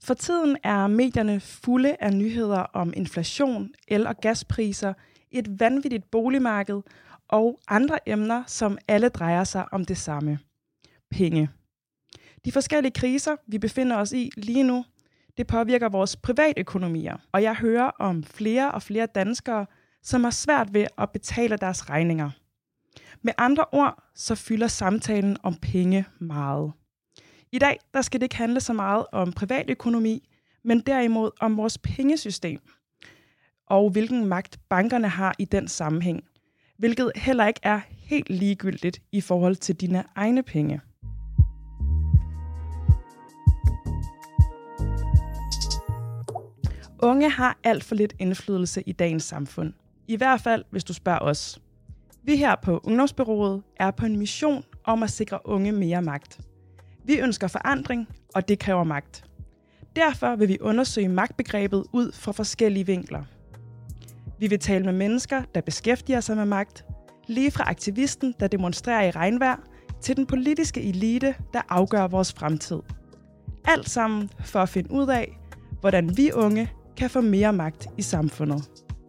For tiden er medierne fulde af nyheder om inflation, el- og gaspriser, et vanvittigt boligmarked og andre emner, som alle drejer sig om det samme. Penge. De forskellige kriser, vi befinder os i lige nu, det påvirker vores privatøkonomier, og jeg hører om flere og flere danskere, som har svært ved at betale deres regninger. Med andre ord, så fylder samtalen om penge meget. I dag, der skal det ikke handle så meget om privatøkonomi, men derimod om vores pengesystem, og hvilken magt bankerne har i den sammenhæng, hvilket heller ikke er helt ligegyldigt i forhold til dine egne penge. Unge har alt for lidt indflydelse i dagens samfund. I hvert fald, hvis du spørger os. Vi her på Ungdomsbureauet er på en mission om at sikre unge mere magt. Vi ønsker forandring, og det kræver magt. Derfor vil vi undersøge magtbegrebet ud fra forskellige vinkler. Vi vil tale med mennesker, der beskæftiger sig med magt, lige fra aktivisten, der demonstrerer i regnvejr, til den politiske elite, der afgør vores fremtid. Alt sammen for at finde ud af, hvordan vi unge kan få mere magt i samfundet.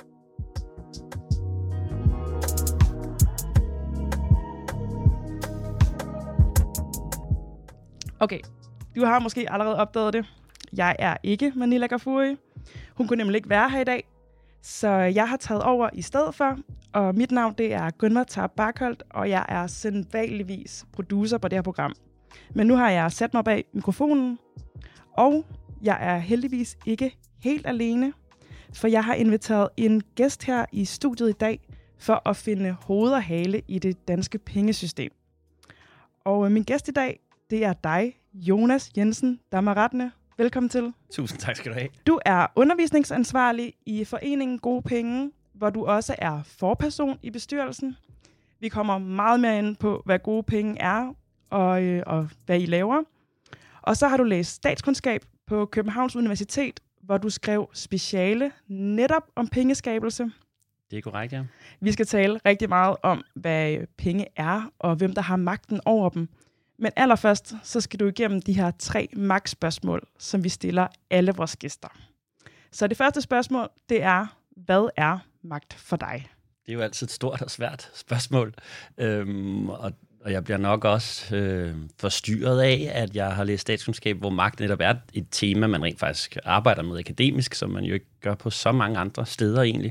Okay, du har måske allerede opdaget det. Jeg er ikke Manila Gafuri. Hun kunne nemlig ikke være her i dag, så jeg har taget over i stedet for. Og mit navn det er Gunvar Tarp Barkholt, og jeg er sædvanligvis producer på det her program. Men nu har jeg sat mig bag mikrofonen, og jeg er heldigvis ikke helt alene, for jeg har inviteret en gæst her i studiet i dag for at finde hoved og hale i det danske pengesystem. Og min gæst i dag, det er dig, Jonas Jensen Dammeratne. Velkommen til. Tusind tak skal du have. Du er undervisningsansvarlig i foreningen Gode Penge, hvor du også er forperson i bestyrelsen. Vi kommer meget mere ind på, hvad Gode Penge er og hvad I laver. Og så har du læst statskundskab på Københavns Universitet, hvor du skrev speciale netop om pengeskabelse. Det er korrekt, ja. Vi skal tale rigtig meget om, hvad penge er, og hvem der har magten over dem. Men allerførst, så skal du igennem de her 3 magtspørgsmål, som vi stiller alle vores gæster. Så det første spørgsmål, det er, hvad er magt for dig? Det er jo altid et stort og svært spørgsmål. Og jeg bliver nok også forstyrret af, at jeg har læst statskundskab, hvor magt netop er et tema, man rent faktisk arbejder med akademisk, som man jo ikke gør på så mange andre steder egentlig.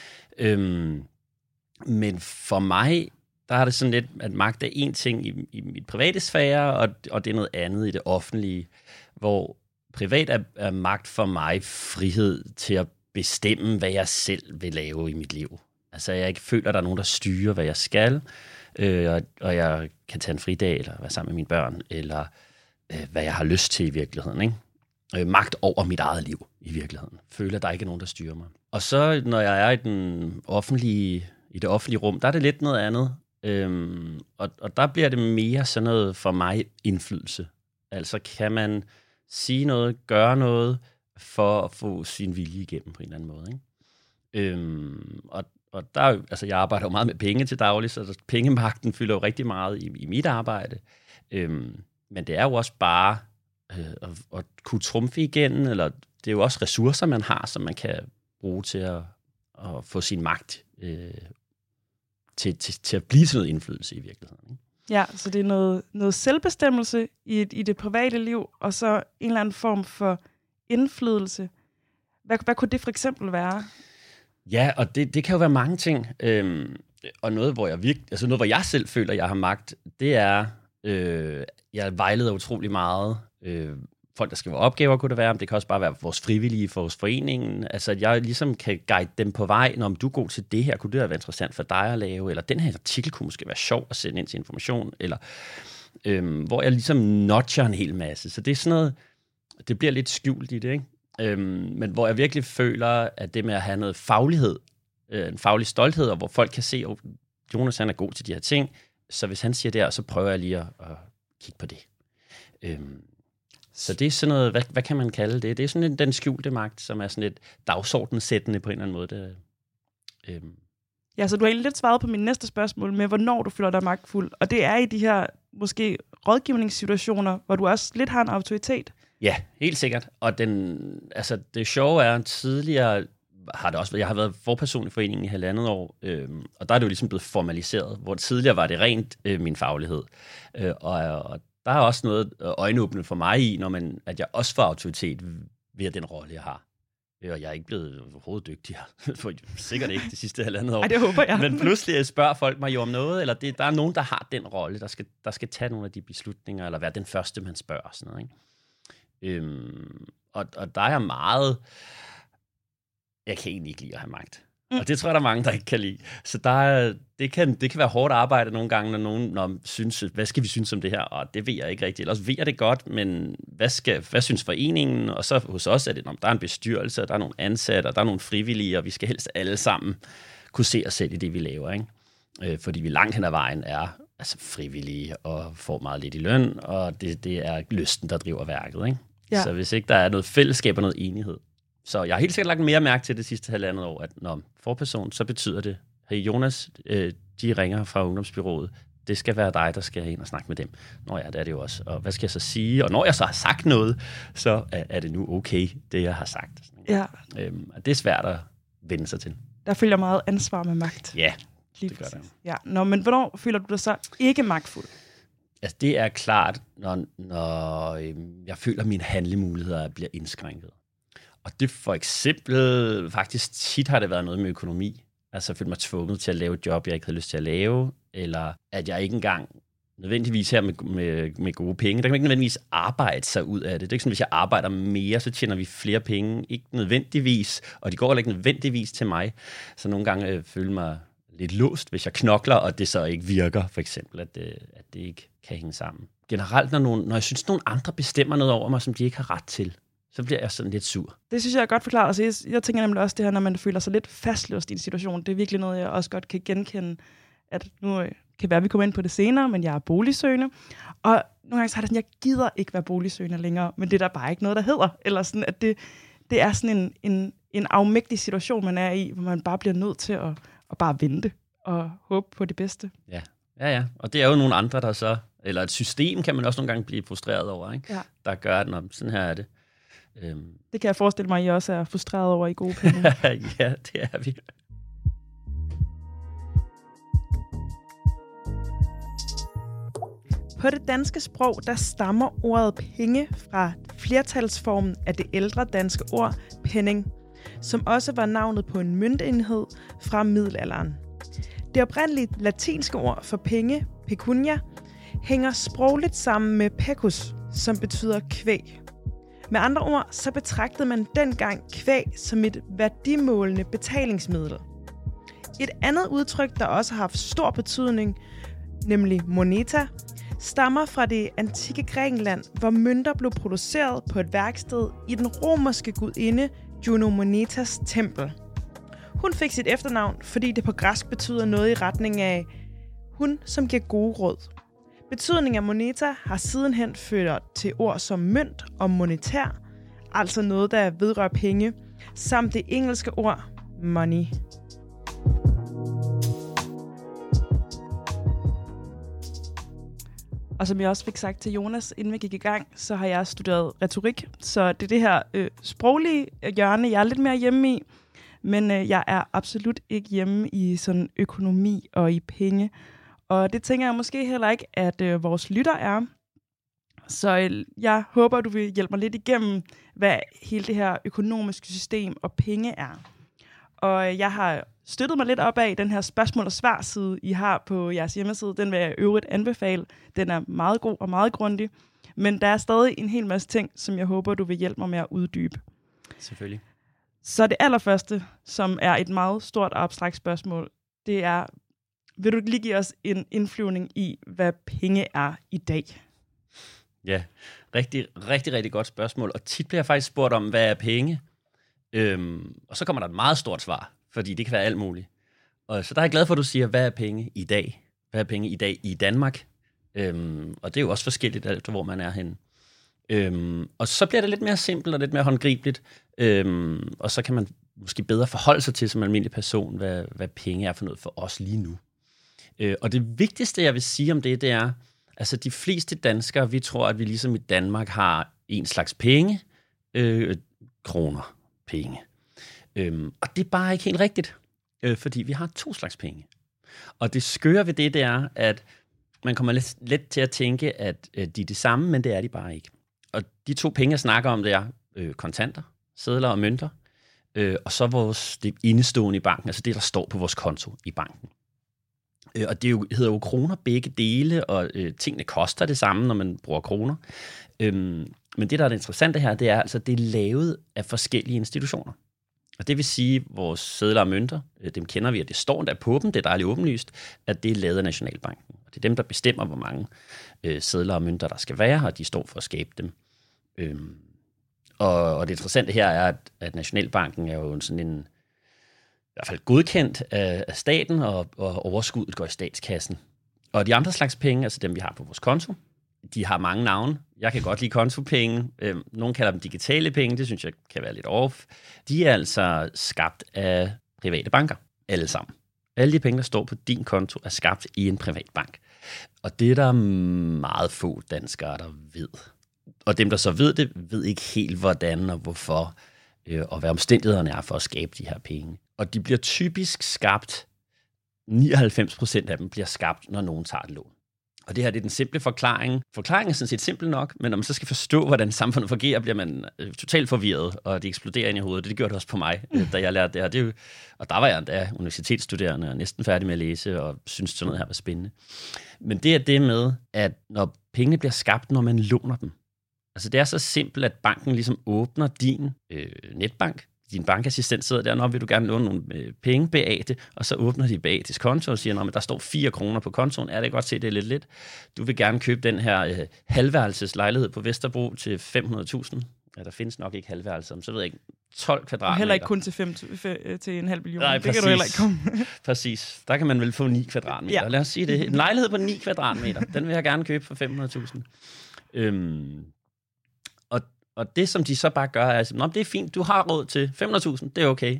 Men for mig, der er det sådan lidt, at magt er en ting i mit private sfære, og det er noget andet i det offentlige, hvor privat er magt for mig frihed til at bestemme, hvad jeg selv vil lave i mit liv. Altså jeg ikke føler, at der er nogen, der styrer, hvad jeg skal, og jeg kan tage en fridag, eller være sammen med mine børn, eller hvad jeg har lyst til i virkeligheden. Ikke? Magt over mit eget liv i virkeligheden. Føler, at der ikke er nogen, der styrer mig. Og så, når jeg er i det offentlige rum, der er det lidt noget andet. Og der bliver det mere sådan noget for mig indflydelse. Altså kan man sige noget, gøre noget, for at få sin vilje igennem på en eller anden måde. Ikke? Og der, altså jeg arbejder jo meget med penge til daglig, så pengemagten fylder jo rigtig meget i mit arbejde. Men det er jo også bare at kunne trumfe igen, eller det er jo også ressourcer, man har, som man kan bruge til at få sin magt til at blive sådan noget indflydelse i virkeligheden. Ikke? Ja, så det er noget selvbestemmelse i det private liv, og så en eller anden form for indflydelse. Hvad kunne det for eksempel være? Ja, og det kan jo være mange ting. Og noget, hvor jeg selv føler, at jeg har magt, det er, jeg vejleder utrolig meget. Folk, der skal være opgaver, kunne det være. Det kan også bare være vores frivillige for vores foreningen. Altså, at jeg ligesom kan guide dem på vej. Når du er god til det her, kunne det være interessant for dig at lave? Eller den her artikel kunne måske være sjov at sende ind til information. Eller hvor jeg ligesom notcher en hel masse. Så det er sådan noget, det bliver lidt skjult i det, ikke? Men hvor jeg virkelig føler, at det med at have noget faglighed, en faglig stolthed, og hvor folk kan se, at Jonas han er god til de her ting, så hvis han siger det, så prøver jeg lige at kigge på det. Så det er sådan noget, hvad kan man kalde det? Det er sådan den skjulte magt, som er sådan et dagsordensættende på en eller anden måde. Ja, så du har egentlig lidt svaret på min næste spørgsmål med, hvornår du føler dig magtfuld. Og det er i de her måske rådgivningssituationer, hvor du også lidt har en autoritet, Ja, helt sikkert. Og det sjove er, tidligere har det også været, jeg har været forperson i foreningen i 1,5 år, og der er det jo ligesom blevet formaliseret, hvor tidligere var det rent min faglighed. Og der er også noget øjenåbne for mig i, at jeg også får autoritet ved den rolle, jeg har. Og jeg er ikke blevet overhovedet dygtigere, for sikkert ikke de sidste 1,5 år. Ej, det håber jeg. Men pludselig spørger folk mig jo om noget, eller der er nogen, der har den rolle, der skal tage nogle af de beslutninger, eller være den første, man spørger og sådan noget, ikke? Og der er meget... Jeg kan egentlig ikke lide at have magt. Og det tror jeg, der er mange, der ikke kan lide. Så det kan være hårdt arbejde nogle gange, når nogen synes, hvad skal vi synes om det her? Og det ved jeg ikke rigtigt. Ellers ved jeg det godt, men hvad synes foreningen? Og så hos os er det, der er en bestyrelse, der er nogle ansatte, der er nogle frivillige, og vi skal helst alle sammen kunne se os selv i det, vi laver, ikke? Fordi vi langt hen ad vejen er frivillige og får meget lidt i løn, og det er lysten, der driver værket, ikke? Ja. Så hvis ikke der er noget fællesskab og noget enighed. Så jeg har helt sikkert lagt mere mærke til det sidste 1,5 år, at når forperson, så betyder det, hey Jonas, de ringer fra ungdomsbyrået, det skal være dig, der skal ind og snakke med dem. Nå ja, det er det jo også. Og hvad skal jeg så sige? Og når jeg så har sagt noget, så er det nu okay, det jeg har sagt. Ja. Det er svært at vende sig til. Der følger meget ansvar med magt. Ja, lige det gør det. Ja. Men hvornår føler du dig så ikke magtfuld? Altså, det er klart, når jeg føler, at mine handlemuligheder bliver indskrænket. Og det for eksempel, faktisk tit har det været noget med økonomi. Altså, jeg følte mig tvunget til at lave et job, jeg ikke havde lyst til at lave, eller at jeg ikke engang nødvendigvis her med gode penge. Der kan man ikke nødvendigvis arbejde sig ud af det. Det er ikke sådan, hvis jeg arbejder mere, så tjener vi flere penge. Ikke nødvendigvis, og de går ikke nødvendigvis til mig. Så nogle gange føler mig lidt låst, hvis jeg knokler, og det så ikke virker, for eksempel, at det ikke kan hænge sammen. Generelt, når jeg synes, nogle andre bestemmer noget over mig, som de ikke har ret til, så bliver jeg sådan lidt sur. Det synes jeg er godt forklaret. Altså, jeg tænker nemlig også det her, når man føler sig lidt fastlåst i en situation. Det er virkelig noget, jeg også godt kan genkende, at nu kan være, at vi kommer ind på det senere, men jeg er boligsøgende. Og nogle gange så har det sådan, jeg gider ikke være boligsøgende længere, men det er der bare ikke noget, der hedder. Eller sådan, at det er sådan en afmægtig situation, man er i, hvor man bare bliver nødt til at bare vente og håbe på det bedste. Ja. Og det er jo nogle andre, der så, eller et system kan man også nogle gange blive frustreret over, ikke? Ja. Der gør, at sådan her er det. Det kan jeg forestille mig, at I også er frustreret over i gode penge. Ja, det er vi. På det danske sprog, der stammer ordet penge fra flertalsformen af det ældre danske ord penning, som også var navnet på en møntenhed fra middelalderen. Det oprindelige latinske ord for penge, pecunia, hænger sprogligt sammen med pecus, som betyder kvæg. Med andre ord, så betragtede man dengang kvæg som et værdimålende betalingsmiddel. Et andet udtryk, der også har haft stor betydning, nemlig moneta, stammer fra det antikke Grækenland, hvor mønter blev produceret på et værksted i den romerske gudinde Juno Monetas tempel. Hun fik sit efternavn, fordi det på græsk betyder noget i retning af hun, som giver gode råd. Betydningen af moneta har sidenhen ført til ord som mønt og monetær, altså noget, der vedrører penge, samt det engelske ord money. Og som jeg også fik sagt til Jonas, inden vi gik i gang, så har jeg studeret retorik. Så det er det her sproglige hjørne, jeg er lidt mere hjemme i. Men jeg er absolut ikke hjemme i sådan økonomi og i penge. Og det tænker jeg måske heller ikke, at vores lytter er. Så jeg håber, du vil hjælpe mig lidt igennem, hvad hele det her økonomiske system og penge er. Og jeg har støttet mig lidt op af den her spørgsmål- og svar-side, I har på jeres hjemmeside. Den vil jeg øvrigt anbefale. Den er meget god og meget grundig. Men der er stadig en hel masse ting, som jeg håber, du vil hjælpe mig med at uddybe. Selvfølgelig. Så det allerførste, som er et meget stort og abstrakt spørgsmål, det er, vil du lige give os en indflyvning i, hvad penge er i dag? Ja, rigtig, rigtig, rigtig godt spørgsmål. Og tit bliver jeg faktisk spurgt om, hvad er penge? Og så kommer der et meget stort svar, fordi det kan være alt muligt. Og så der er jeg glad for, at du siger, hvad er penge i dag? Hvad er penge i dag i Danmark? Og det er jo også forskelligt, alt hvor man er henne. Og så bliver det lidt mere simpelt og lidt mere håndgribeligt. Og så kan man måske bedre forholde sig til som almindelig person, hvad penge er for noget for os lige nu. Og det vigtigste, jeg vil sige om det er, altså de fleste danskere, vi tror, at vi ligesom i Danmark har en slags penge, kroner, penge. Og det er bare ikke helt rigtigt, fordi vi har 2 slags penge. Og det skøre ved det er, at man kommer let til at tænke, at de er det samme, men det er de bare ikke. Og de 2 penge, jeg snakker om, det er kontanter, sedler og mønter, og så det indestående i banken, altså det, der står på vores konto i banken. Og det hedder jo kroner begge dele, og tingene koster det samme, når man bruger kroner. Men det, der er det interessante her, det er altså, det er lavet af forskellige institutioner. Og det vil sige, vores sedler og mønter, dem kender vi, og det står der på dem, det er dejligt åbenlyst, at det er lavet af Nationalbanken. Og det er dem, der bestemmer, hvor mange sedler og mønter, der skal være, og de står for at skabe dem. Og det interessante her er, at Nationalbanken er jo sådan en, i hvert fald godkendt af staten, og overskuddet går i statskassen. Og de andre slags penge, altså dem, vi har på vores konto, de har mange navne. Jeg kan godt lide kontopenge. Nogle kalder dem digitale penge, det synes jeg kan være lidt off. De er altså skabt af private banker, alle sammen. Alle de penge, der står på din konto, er skabt i en privat bank. Og det er der meget få danskere, der ved. Og dem, der så ved det, ved ikke helt, hvordan og hvorfor, og hvad omstændighederne er for at skabe de her penge. Og de bliver typisk skabt, 99% af dem bliver skabt, når nogen tager et lån. Og det her, det er den simple forklaring. Forklaringen er sådan set simpel nok, men når man så skal forstå, hvordan samfundet fungerer, bliver man totalt forvirret, og det eksploderer ind i hovedet. Det gjorde det også på mig, da jeg lærte det her. Og der var jeg endda universitetsstuderende og næsten færdig med at læse, og syntes sådan noget her var spændende. Men det er det med, at når pengene bliver skabt, når man låner dem. Altså det er så simpelt, at banken ligesom åbner din netbank. Din bankassistent sidder der, vil du gerne låne nogle penge Beate, og så åbner de Beates konto og siger, men der står 4 kroner på kontoen, det kan godt se, det er lidt. Du vil gerne købe den her halvværelseslejlighed på Vesterbro til 500.000. Ja, der findes nok ikke halvværelser, så ved jeg ikke, 12 kvadratmeter. Og heller ikke kun til 5,5 millioner. Nej, det kan du heller ikke komme. Præcis. Der kan man vel få 9 kvadratmeter. Ja. Lad os sige det. En lejlighed på 9 kvadratmeter, den vil jeg gerne købe for 500.000. Og det, som de så bare gør, er, at det er fint, du har råd til 500.000, det er okay.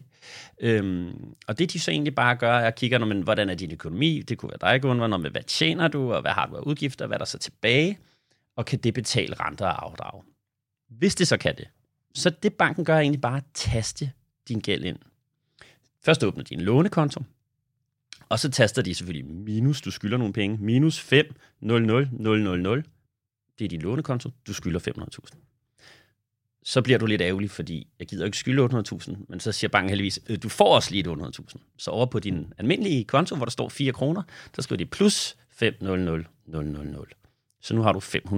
Og det, de så egentlig bare gør, er at kigge, hvordan er din økonomi, det kunne være dig, Gunvar, hvad tjener du, og hvad har du af udgifter, hvad er der så tilbage, og kan det betale renter og afdrag. Hvis det så kan det, så det banken gør er egentlig bare at taste din gæld ind. Først åbner de en lånekonto, og så taster de selvfølgelig minus, du skylder nogle penge, minus 5, 0, 0, 0, 0, 0. Det er din lånekonto, du skylder 500.000. Så bliver du lidt ærgerlig, fordi jeg gider ikke skylde 800.000, men så siger banken heldigvis, du får også lige 800.000. Så over på din almindelige konto, hvor der står 4 kroner, der skriver de plus 500.000. Så nu har du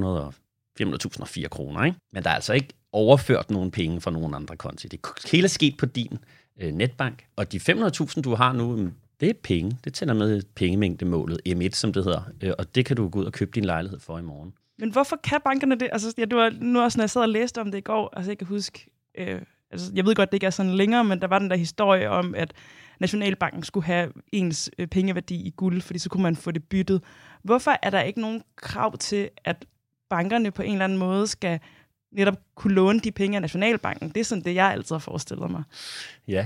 500.004 kroner, ikke? Men der er altså ikke overført nogen penge fra nogen andre konti. Det hele er sket på din netbank, og de 500.000, du har nu, det er penge. Det tæller med pengemængdemålet M1, som det hedder, og det kan du gå ud og købe din lejlighed for i morgen. Men hvorfor kan bankerne det? Altså, det var nu også, når jeg sad og læste om det i går, altså jeg kan huske, jeg ved godt, det ikke er sådan længere, men der var den der historie om, at Nationalbanken skulle have ens pengeværdi i guld, fordi så kunne man få det byttet. Hvorfor er der ikke nogen krav til, at bankerne på en eller anden måde skal netop kunne låne de penge af Nationalbanken? Det er sådan det, jeg altid har forestillet mig. Ja.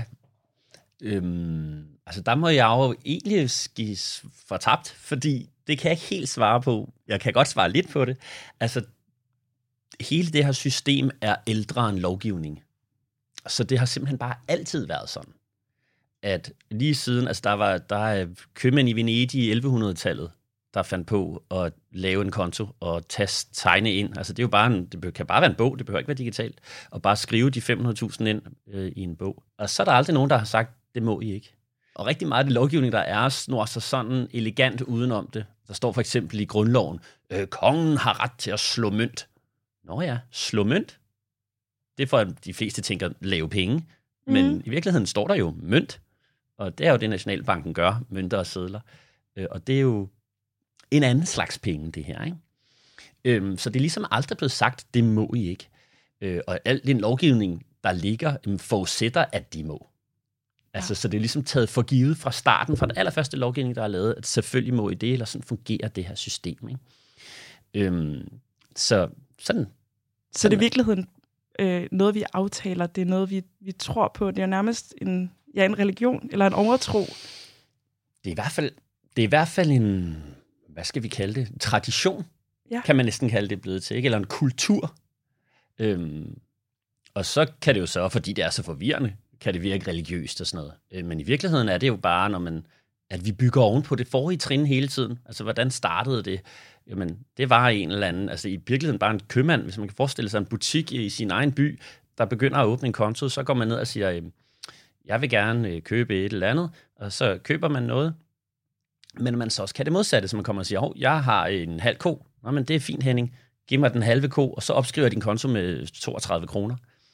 Altså der må jeg jo egentlig skis fortabt, fordi det kan jeg ikke helt svare på. Jeg kan godt svare lidt på det. Altså, hele det her system er ældre end lovgivning. Så det har simpelthen bare altid været sådan, at lige siden, altså der er købmænd i Venedig i 1100-tallet, der fandt på at lave en konto og tegne ind. Altså det er jo bare det kan bare være en bog, det behøver ikke være digitalt, og bare skrive de 500.000 ind i en bog. Og så er der aldrig nogen, der har sagt, det må I ikke. Og rigtig meget af det lovgivning, der er, snor sig sådan elegant udenom det. Der står for eksempel i grundloven, kongen har ret til at slå mønt. Nå ja, slå mønt. Det er for, at de fleste tænker, lave penge. Men i virkeligheden står der jo mønt. Og det er jo det, Nationalbanken gør, mønter og sedler. Og det er jo en anden slags penge, det her, ikke? Så det er ligesom aldrig blevet sagt, det må I ikke. Og al den lovgivning, der ligger, forudsætter, at de må. Altså, så det er ligesom taget for givet fra starten, fra den allerførste lovgivning, der er lavet, at selvfølgelig må I det, eller sådan fungerer det her system, ikke? Så det er i virkeligheden noget, vi aftaler, det er noget, vi tror på. Det er nærmest en religion, eller en overtro. Det er i hvert fald en, hvad skal vi kalde det, tradition, kan man næsten kalde det blevet til, ikke? Eller en kultur. Og så kan det jo så, fordi det er så forvirrende, kan det virke religiøst og sådan noget. Men i virkeligheden er det jo bare, at vi bygger oven på det forrige trin hele tiden. Altså, hvordan startede det? Jamen, det var en eller anden, altså i virkeligheden bare en købmand, hvis man kan forestille sig en butik i sin egen by, der begynder at åbne en konto, så går man ned og siger, jeg vil gerne købe et eller andet, og så køber man noget. Men man så også kan det modsatte, så man kommer og siger, jeg har en halv ko. Nå, men det er fint, Henning. Giv mig den halve ko, og så opskriver jeg din konto med 32 kroner.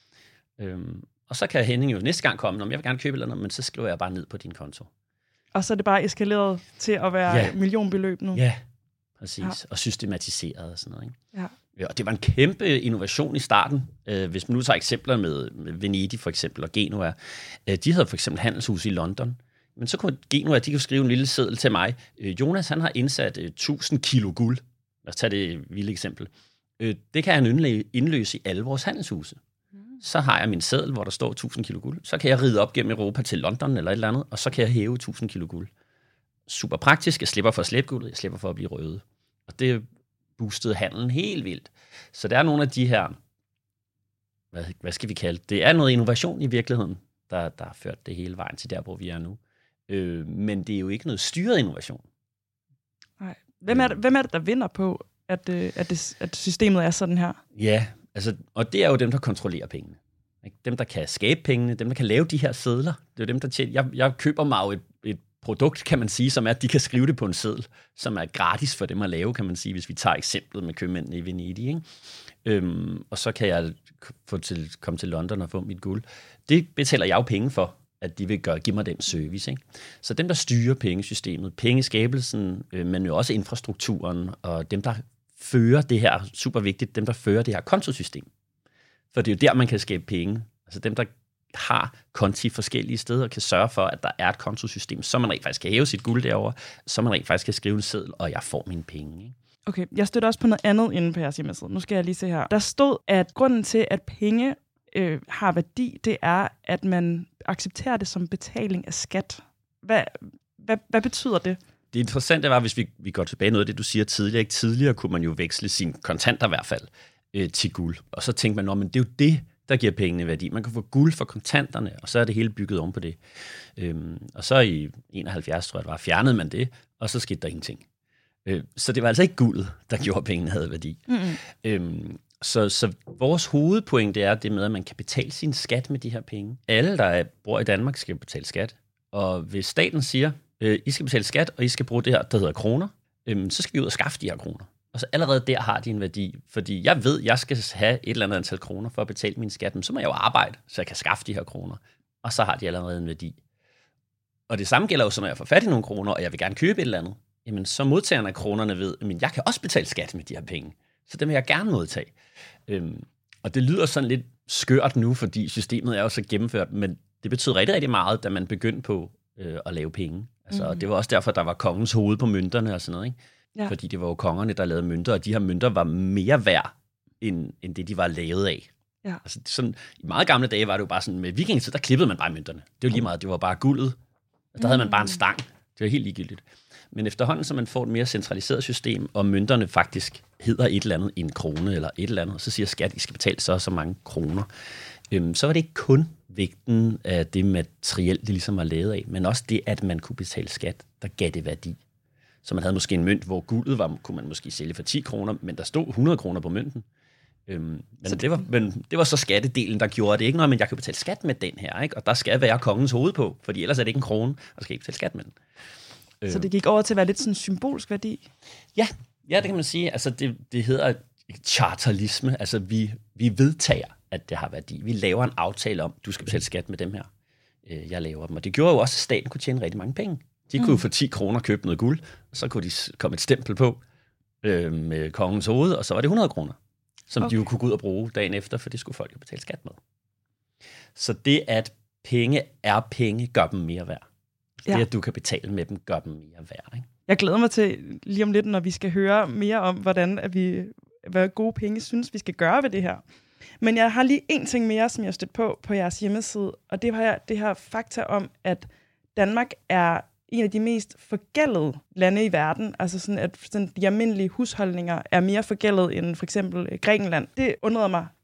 Og så kan Henning jo næste gang komme, jeg vil gerne købe et eller andet, men så skriver jeg bare ned på din konto. Og så er det bare eskaleret til at være millionbeløb nu. Ja, præcis. Ja. Og systematiseret og sådan noget. Ikke? Ja. Og det var en kæmpe innovation i starten. Hvis man nu tager eksempler med Venedig for eksempel og Genua. De havde for eksempel handelshus i London. Men så kunne Genua, de kunne skrive en lille seddel til mig. Jonas, han har indsat 1000 kilo guld. Lad os tage det vilde eksempel. Det kan han indløse i alle vores handelshuse. Så har jeg min seddel, hvor der står 1000 kilo guld. Så kan jeg ride op gennem Europa til London eller et eller andet, og så kan jeg hæve 1000 kilo guld. Super praktisk. Jeg slipper for at slæbe guldet, jeg slipper for at blive røde. Og det boostede handelen helt vildt. Så der er nogle af de her, hvad skal vi kalde det? Det er noget innovation i virkeligheden, der har ført det hele vejen til der, hvor vi er nu. Men det er jo ikke noget styret innovation. Nej. Hvem er det, der vinder på, at systemet er sådan her? Ja, altså, og det er jo dem, der kontrollerer pengene. Ikke? Dem, der kan skabe pengene, dem, der kan lave de her sedler. Det er jo dem, der tjener. Jeg køber mig jo et produkt, kan man sige, som er, at de kan skrive det på en seddel, som er gratis for dem at lave, kan man sige, hvis vi tager eksemplet med købmændene i Venedig. Ikke? Og så kan jeg komme til London og få mit guld. Det betaler jeg jo penge for, at de vil give mig den service. Ikke? Så dem, der styrer pengesystemet, pengeskabelsen, men jo også infrastrukturen, og dem, der fører det her, super vigtigt, dem, der fører det her kontosystem. For det er jo der, man kan skabe penge. Altså dem, der har konti forskellige steder, kan sørge for, at der er et kontosystem, så man rent faktisk kan hæve sit guld derovre, så man rent faktisk kan skrive en seddel, og jeg får mine penge. Ikke? Okay, jeg støtter også på noget andet inde på jeres hjemmeside. Nu skal jeg lige se her. Der stod, at grunden til, at penge har værdi, det er, at man accepterer det som betaling af skat. Hvad betyder det? Det interessante var, hvis vi går tilbage noget af det, du siger tidligere. Ikke? Tidligere kunne man jo veksle sine kontanter i hvert fald til guld. Og så tænkte man, men det er jo det, der giver pengene værdi. Man kan få guld for kontanterne, og så er det hele bygget om på det. Og så i 71, tror jeg, det var, fjernede man det, og så skete der ingenting. Så det var altså ikke guldet, der gjorde, at pengene havde værdi. Så vores hovedpoint er det med, at man kan betale sin skat med de her penge. Alle, der bor i Danmark, skal betale skat. Og hvis staten siger, I skal betale skat, og I skal bruge det her, der hedder kroner, så skal vi ud og skaffe de her kroner. Og så allerede der har de en værdi. Fordi jeg ved, jeg skal have et eller andet antal kroner for at betale min skat, men så må jeg jo arbejde, så jeg kan skaffe de her kroner. Og så har de allerede en værdi. Og det samme gælder jo så, når jeg får fat i nogle kroner, og jeg vil gerne købe et eller andet. Jamen, så modtagerne af kronerne ved, at jeg kan også betale skat med de her penge. Så dem vil jeg gerne modtage. Og det lyder sådan lidt skørt nu, fordi systemet er jo så gennemført, men det betyder rigtig, rigtig meget, da man begyndte på at lave penge. Altså, det var også derfor, der var kongens hoved på mønterne og sådan noget, ikke? Ja. Fordi det var jo kongerne, der lavede mønter, og de her mønter var mere værd, end det, de var lavet af. Ja. Altså, sådan, i meget gamle dage var det jo bare sådan, med vikingetid, der klippede man bare mønterne. Det var lige meget, det var bare guldet. Og der havde man bare en stang. Det var helt ligegyldigt. Men efterhånden, så man får et mere centraliseret system, og mønterne faktisk hedder et eller andet, en krone eller et eller andet, og så siger skat, I skal betale så mange kroner. Så var det ikke kun vægten af det materiel, det ligesom var lavet af, men også det, at man kunne betale skat, der gav det værdi. Så man havde måske en mønt, hvor guldet var, kunne man måske sælge for 10 kroner, men der stod 100 kroner på mønten. Men det var så skattedelen, der gjorde det. Ikke noget, men jeg kan betale skat med den her, ikke? Og der skal være kongens hoved på, fordi ellers er det ikke en krone, og skal ikke betale skat med den. Så det gik over til at være lidt sådan symbolsk værdi? Ja, det kan man sige. Altså det hedder chartalisme. Altså vi vedtager, at det har værdi. Vi laver en aftale om, du skal betale skat med dem her. Jeg laver dem. Og det gjorde jo også, at staten kunne tjene rigtig mange penge. De kunne for 10 kroner købe noget guld, og så kunne de komme et stempel på med kongens hoved, og så var det 100 kroner, som de jo kunne gå ud og bruge dagen efter, for det skulle folk jo betale skat med. Så det, at penge er penge, gør dem mere værd. Det, at du kan betale med dem, gør dem mere værd. Ikke? Jeg glæder mig til lige om lidt, når vi skal høre mere om, hvad gode penge synes, vi skal gøre ved det her. Men jeg har lige en ting mere, som jeg stødte på jeres hjemmeside, og det var det her fakta om, at Danmark er en af de mest forgældede lande i verden. Altså sådan, at de almindelige husholdninger er mere forgældet end for eksempel Grækenland. Det undrede mig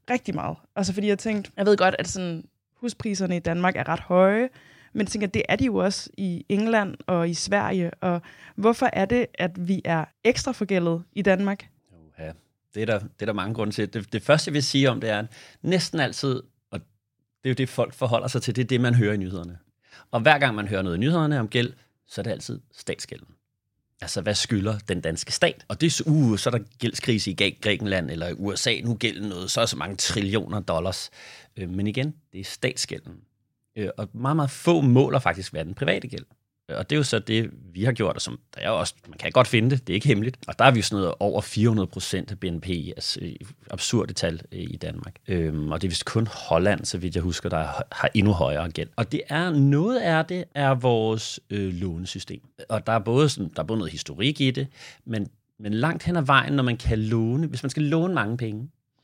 rigtig meget. Altså fordi jeg tænkte, jeg ved godt, at sådan, huspriserne i Danmark er ret høje, men jeg tænker, det er de jo også i England og i Sverige. Og hvorfor er det, at vi er ekstra forgældet i Danmark? Ja, det er der mange grunde til. Det første, jeg vil sige om, det er, at næsten altid, og det er jo det, folk forholder sig til, det er det, man hører i nyhederne. Og hver gang man hører noget i nyhederne om gæld, så er det altid statsgælden. Altså, hvad skylder den danske stat? Og det er så er der gældskrise i Grækenland eller i USA. Nu gælder noget, så er så mange trillioner dollars. Men igen, det er statsgælden. Og meget, meget få måler faktisk, hvad den private gæld. Og det er jo så det, vi har gjort, og som der er også, man kan godt finde det er ikke hemmeligt. Og der er vi jo sådan noget over 400% af BNP, altså absurde tal i Danmark. Og det er vist kun Holland, så vidt jeg husker, der har endnu højere gæld. Og det er noget af det er vores lånesystem. Og der er både noget historik i det, men langt hen ad vejen, når man kan låne, hvis man skal låne mange penge,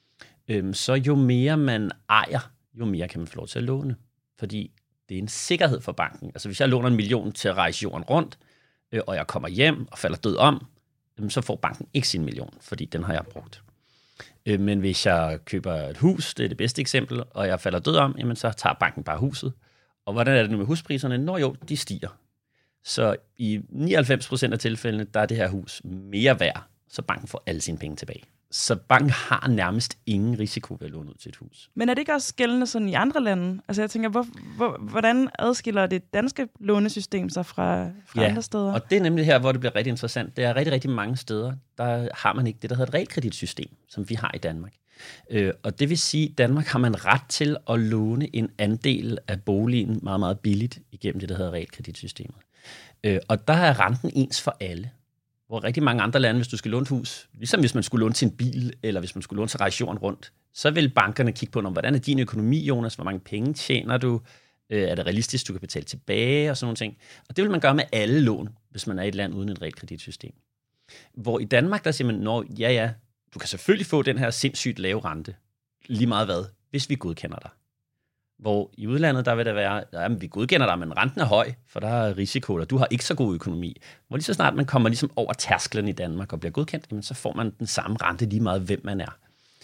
så jo mere man ejer, jo mere kan man få lov til at låne. Fordi det er en sikkerhed for banken. Altså hvis jeg låner 1 million til at rejse jorden rundt, og jeg kommer hjem og falder død om, så får banken ikke sin million, fordi den har jeg brugt. Men hvis jeg køber et hus, det er det bedste eksempel, og jeg falder død om, jamen så tager banken bare huset. Og hvordan er det nu med huspriserne? Nå jo, de stiger. Så i 99% af tilfældene, der er det her hus mere værd, så banken får alle sine penge tilbage. Så banken har nærmest ingen risiko ved at låne ud til et hus. Men er det ikke også gældende sådan i andre lande? Altså jeg tænker, hvordan adskiller det danske lånesystem sig fra andre steder? Og det er nemlig her, hvor det bliver rigtig interessant. Det er rigtig, rigtig mange steder, der har man ikke det, der hedder et realkreditsystem, som vi har i Danmark. Og det vil sige, at i Danmark har man ret til at låne en andel af boligen meget, meget billigt igennem det, der hedder realkreditsystemet. Og der er renten ens for alle. Hvor rigtig mange andre lande, hvis du skal låne et hus, ligesom hvis man skulle låne til en bil, eller hvis man skulle låne til at rejse jorden rundt, så vil bankerne kigge på, hvordan er din økonomi, Jonas, hvor mange penge tjener du, er det realistisk, du kan betale tilbage, og sådan nogle ting. Og det vil man gøre med alle lån, hvis man er i et land uden et realkreditsystem. Hvor i Danmark, der siger man, ja, du kan selvfølgelig få den her sindssygt lave rente, lige meget hvad, hvis vi godkender dig. Hvor i udlandet, der vil der være, vi godkender dig, men renten er høj, for der er risiko, og du har ikke så god økonomi. Hvor lige så snart man kommer ligesom over tærsklen i Danmark og bliver godkendt, jamen, så får man den samme rente lige meget, hvem man er.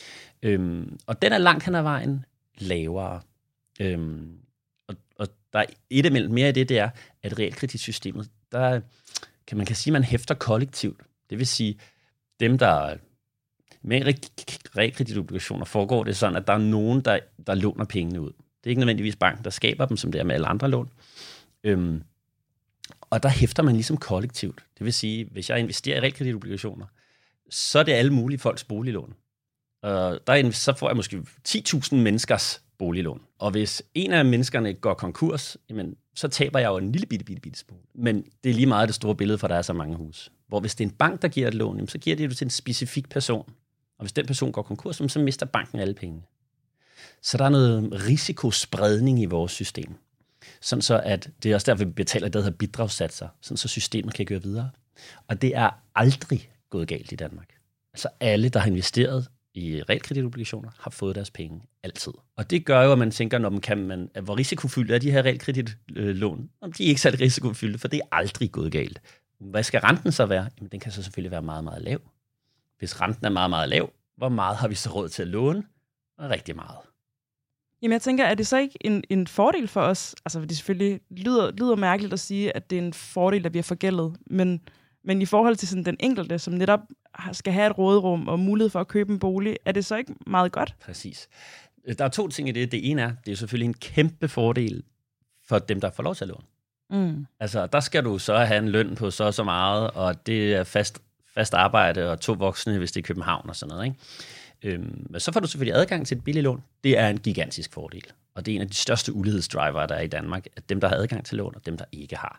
Og den er langt hen ad vejen lavere. Og der er et element mere i det er, at realkreditsystemet, der kan man sige, man hæfter kollektivt. Det vil sige, dem, der med realkreditobligationer foregår det sådan, at der er nogen, der låner pengene ud. Det er ikke nødvendigvis banken, der skaber dem, som det er med alle andre lån. Og der hæfter man ligesom kollektivt. Det vil sige, hvis jeg investerer i realkreditobligationer, så er det alle mulige folks boliglån. Så får jeg måske 10.000 menneskers boliglån. Og hvis en af menneskerne går konkurs, jamen, så taber jeg jo en lille bitte smule. Men det er lige meget det store billede, for der er så mange hus. Hvor hvis det er en bank, der giver et lån, jamen, så giver det jo til en specifik person. Og hvis den person går konkurs, så mister banken alle pengene. Så der er noget risikospredning i vores system. Sådan så, at det er også derfor, vi betaler det, der hedder bidragssatser, sådan så systemet kan køre videre. Og det er aldrig gået galt i Danmark. Altså alle, der har investeret i realkreditobligationer, har fået deres penge altid. Og det gør jo, at man tænker, hvor risikofyldte er de her realkreditlån? De er ikke særlig risikofyldte, for det er aldrig gået galt. Hvad skal renten så være? Jamen, den kan så selvfølgelig være meget, meget lav. Hvis renten er meget, meget lav, hvor meget har vi så råd til at låne? Rigtig meget. Jamen jeg tænker, er det så ikke en fordel for os? Altså det selvfølgelig lyder mærkeligt at sige, at det er en fordel, at vi er forgældet. Men i forhold til sådan den enkelte, som netop skal have et råderum og mulighed for at købe en bolig, er det så ikke meget godt? Præcis. Der er 2 ting i det. Det ene er, det er selvfølgelig en kæmpe fordel for dem, der får lov til at låne. Altså der skal du så have en løn på så meget, og det er fast arbejde og 2 voksne, hvis det er København og sådan noget, ikke? Men så får du selvfølgelig adgang til et billigt lån. Det er en gigantisk fordel. Og det er en af de største ulighedsdrivere, der er i Danmark, at dem, der har adgang til lån, og dem, der ikke har.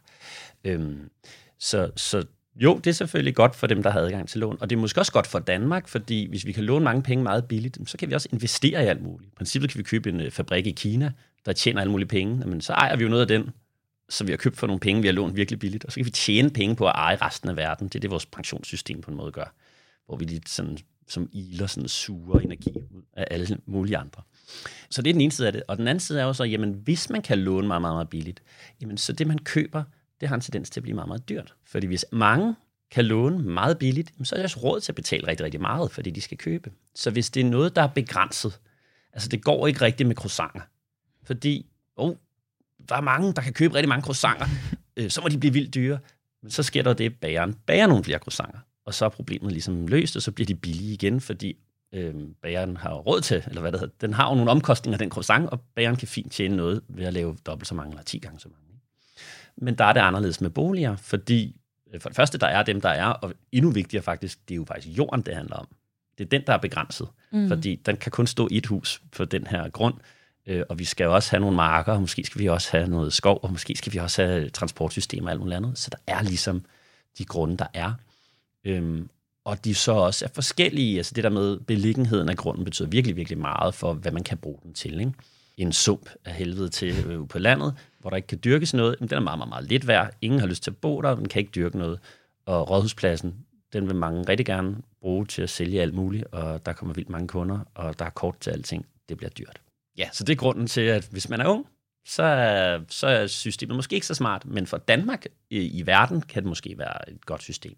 Så jo, det er selvfølgelig godt for dem, der har adgang til lån. Og det er måske også godt for Danmark, fordi hvis vi kan låne mange penge meget billigt, så kan vi også investere i alt muligt. I princippet kan vi købe en fabrik i Kina, der tjener alle mulige penge. Men så ejer vi jo noget af den, så vi har købt for nogle penge, vi har lånt virkelig billigt. Og så kan vi tjene penge på at eje resten af verden. Det er det, vores pensionssystem på en måde gør. Hvor vi lige sådan som iler sådan suger energi ud af alle mulige andre. Så det er den ene side af det. Og den anden side er jo så, jamen hvis man kan låne meget, meget, meget billigt, jamen så det man køber, det har en tendens til at blive meget, meget dyrt. Fordi hvis mange kan låne meget billigt, så er det også råd til at betale rigtig, rigtig meget, fordi de skal købe. Så hvis det er noget, der er begrænset, Altså, det går ikke rigtigt med croissanter. Fordi, der er mange, der kan købe rigtig mange croissanter. Så må de blive vildt dyre. Men så sker der det, bageren bager nogle flere croissanter. Og så er problemet ligesom løst, og så bliver de billige igen, fordi bageren har råd til, eller hvad det hedder. Den har jo nogle omkostninger, den croissant, og bageren kan fint tjene noget ved at lave dobbelt så mange, eller 10 gange så mange. Men der er det anderledes med boliger, fordi for det første, der er dem, der er, og endnu vigtigere faktisk, det er jo faktisk jorden, det handler om. Det er den, der er begrænset, fordi den kan kun stå i et hus på den her grund, og vi skal jo også have nogle marker, og måske skal vi også have noget skov, og måske skal vi også have transportsystemer og alt muligt andet. Så der er ligesom de grunde, der er. Og de så også er forskellige. Altså det der med beliggenheden af grunden betyder virkelig, virkelig meget for, hvad man kan bruge den til. Ikke? En sump af helvede til på landet, hvor der ikke kan dyrkes noget, den er meget, meget, meget lidt værd. Ingen har lyst til at bo der, man kan ikke dyrke noget. Og rådhuspladsen, den vil mange rigtig gerne bruge til at sælge alt muligt, og der kommer vildt mange kunder, og der er kort til alting. Det bliver dyrt. Ja, så det er grunden til, at hvis man er ung, så er systemet måske ikke så smart, men for Danmark i verden kan det måske være et godt system.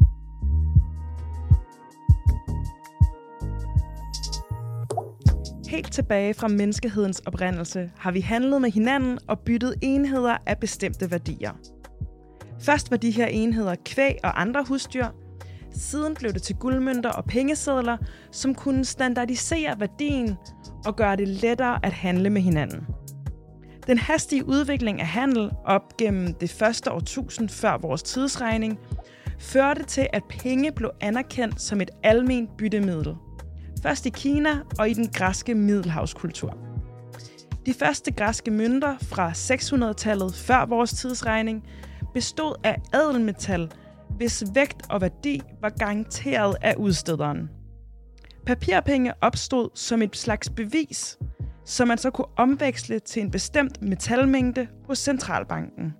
Helt tilbage fra menneskehedens oprindelse har vi handlet med hinanden og byttet enheder af bestemte værdier. Først var de her enheder kvæg og andre husdyr. Siden blev det til guldmønter og pengesedler, som kunne standardisere værdien og gøre det lettere at handle med hinanden. Den hastige udvikling af handel op gennem det første årtusind før vores tidsregning førte til, at penge blev anerkendt som et alment byttemiddel. Først i Kina og i den græske middelhavskultur. De første græske mønter fra 600-tallet før vores tidsregning bestod af ædelmetal, hvis vægt og værdi var garanteret af udstederen. Papirpenge opstod som et slags bevis, som man så kunne omveksle til en bestemt metalmængde hos centralbanken.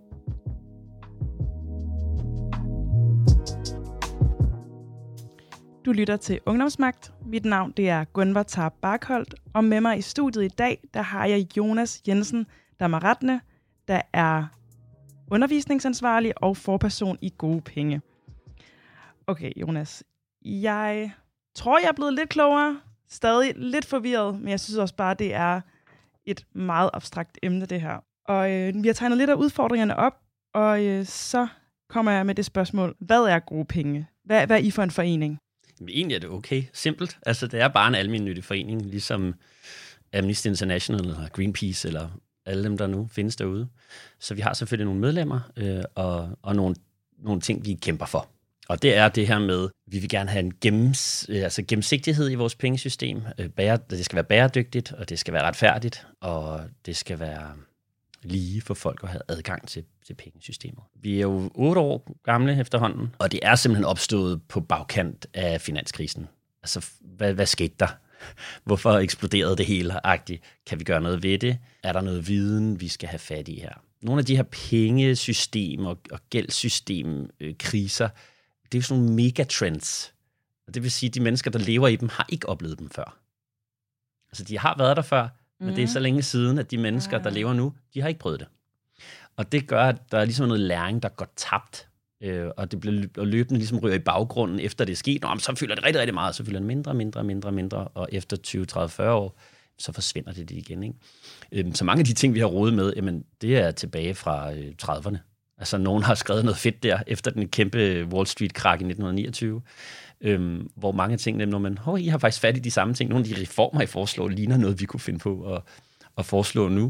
Du lytter til Ungdomsmagt. Mit navn det er Gunvar Tarp Barkholt, og med mig i studiet i dag, der har jeg Jonas Jensen Damaratne, der er undervisningsansvarlig og forperson i Gode Penge. Okay, Jonas. Jeg tror, jeg er blevet lidt klogere. Stadig lidt forvirret, men jeg synes også bare, det er et meget abstrakt emne, det her. Og vi har tegnet lidt af udfordringerne op, og så kommer jeg med det spørgsmål. Hvad er Gode Penge? Hvad er I for en forening? Egentlig er det okay. Simpelt. Altså, det er bare en almennyttig forening, ligesom Amnesty International eller Greenpeace eller alle dem, der nu findes derude. Så vi har selvfølgelig nogle medlemmer og nogle ting, vi kæmper for. Og det er det her med, vi vil gerne have en gennemsigtighed i vores pengesystem. Det skal være bæredygtigt, og det skal være retfærdigt, og det skal være lige for folk at have adgang til pengesystemet. Vi er jo 8 år gamle efterhånden, og det er simpelthen opstået på bagkant af finanskrisen. Altså, hvad skete der? Hvorfor eksploderede det hele? Kan vi gøre noget ved det? Er der noget viden, vi skal have fat i her? Nogle af de her pengesystem og gældssystemkriser, det er jo sådan nogle megatrends. Og det vil sige, at de mennesker, der lever i dem, har ikke oplevet dem før. Altså, de har været der før, men det er så længe siden, at de mennesker, der lever nu, de har ikke prøvet det. Og det gør, at der er ligesom noget læring, der går tabt. Og det bliver løbende ligesom ryger i baggrunden, efter det er sket. Så fylder det rigtig, rigtig meget. Så fylder det mindre. Og efter 20, 30, 40 år, så forsvinder det igen. Ikke? Så mange af de ting, vi har rodet med, jamen, det er tilbage fra 30'erne. Altså, nogen har skrevet noget fedt der, efter den kæmpe Wall Street-krak i 1929. Hvor mange ting, når man, I har faktisk fat i de samme ting. Nogle af de reformer, I foreslår, ligner noget, vi kunne finde på at foreslå nu.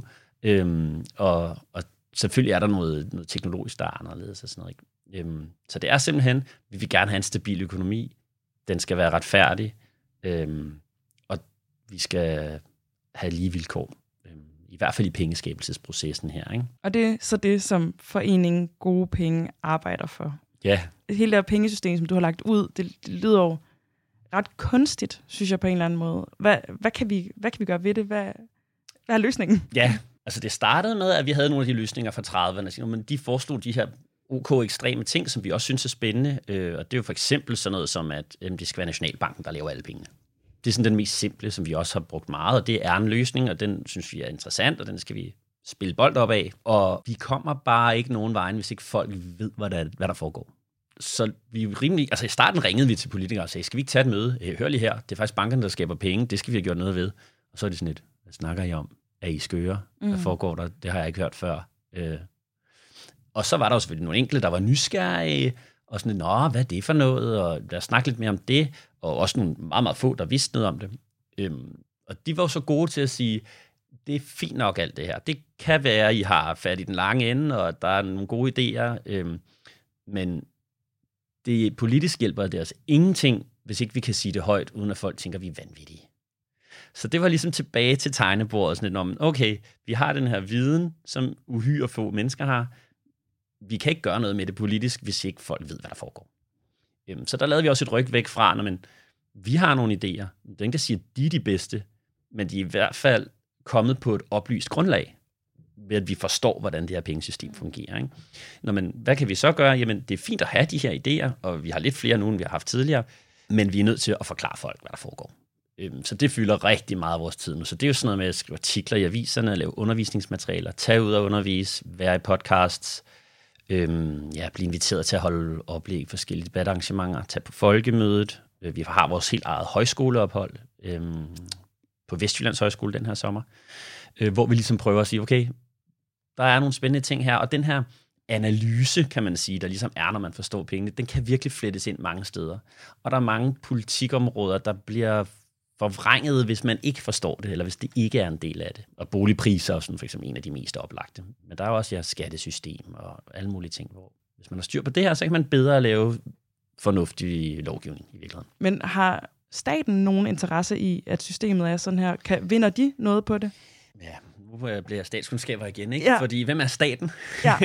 Og selvfølgelig er der noget teknologisk, der er anderledes og sådan noget. Ikke? Så det er simpelthen, vi vil gerne have en stabil økonomi. Den skal være retfærdig. Og vi skal have lige vilkår. I hvert fald i pengeskabelsesprocessen her. Ikke? Og det er så det, som foreningen Gode Penge arbejder for. Ja. Hele det her pengesystem, som du har lagt ud, det lyder jo ret kunstigt, synes jeg på en eller anden måde. Hvad kan vi gøre ved det? Hvad er løsningen? Ja, altså det startede med, at vi havde nogle af de løsninger fra 30'erne. Men de foreslog de her ekstreme ting, som vi også synes er spændende. Og det er jo for eksempel sådan noget som, at det skal være Nationalbanken, der laver alle pengene. Det er sådan den mest simple, som vi også har brugt meget, og det er en løsning, og den synes vi er interessant, og den skal vi spille bold op af. Og vi kommer bare ikke nogen vejen, hvis ikke folk ved, hvad der foregår. Så vi rimelig, altså i starten ringede vi til politikere og sagde, skal vi ikke tage et møde? Hør lige her, det er faktisk bankerne, der skaber penge, det skal vi have gjort noget ved. Og så er det sådan lidt, hvad snakker I om? Er I skøre? Hvad foregår der? Det har jeg ikke hørt før. Og så var der jo selvfølgelig nogle enkelte, der var nysgerrige, og sådan, nå, hvad er det for noget? Og der snakkede lidt mere om det, og også nogle meget, meget få, der vidste noget om det. Og de var jo så gode til at sige, det er fint nok alt det her. Det kan være, at I har fat i den lange ende, og der er nogle gode idéer, men det politisk hjælper det os ingenting, hvis ikke vi kan sige det højt, uden at folk tænker, at vi er vanvittige. Så det var ligesom tilbage til tegnebordet, sådan lidt om, okay, vi har den her viden, som uhyre få mennesker har. Vi kan ikke gøre noget med det politisk, hvis ikke folk ved, hvad der foregår. Så der lavede vi også et ryg væk fra, men vi har nogle idéer. Det er ikke, der siger, at de er de bedste, men de er i hvert fald kommet på et oplyst grundlag, ved at vi forstår, hvordan det her pengesystem fungerer. Ikke? Men hvad kan vi så gøre? Jamen, det er fint at have de her idéer, og vi har lidt flere nu, end vi har haft tidligere, men vi er nødt til at forklare folk, hvad der foregår. Så det fylder rigtig meget af vores tid nu. Så det er jo sådan noget med at skrive artikler i aviserne, lave undervisningsmaterialer, tage ud og undervise, være i podcasts, blive inviteret til at holde oplæg i forskellige debatarrangementer, tage på folkemødet. Vi har vores helt eget højskoleophold på Vestjyllands Højskole den her sommer, hvor vi ligesom prøver at sige, okay, der er nogle spændende ting her, og den her analyse, kan man sige, der ligesom er, når man forstår pengene, den kan virkelig flettes ind mange steder. Og der er mange politikområder, der bliver forvrænget, hvis man ikke forstår det, eller hvis det ikke er en del af det. Og boligpriser er sådan for eksempel en af de mest oplagte. Men der er også skattesystem og alle mulige ting, hvor hvis man har styr på det her, så kan man bedre lave fornuftig lovgivning i virkeligheden. Men har staten nogen interesse i, at systemet er sådan her? Vinder de noget på det? Ja, nu bliver jeg statskundskaber igen, ikke? Ja. Fordi hvem er staten? Ja.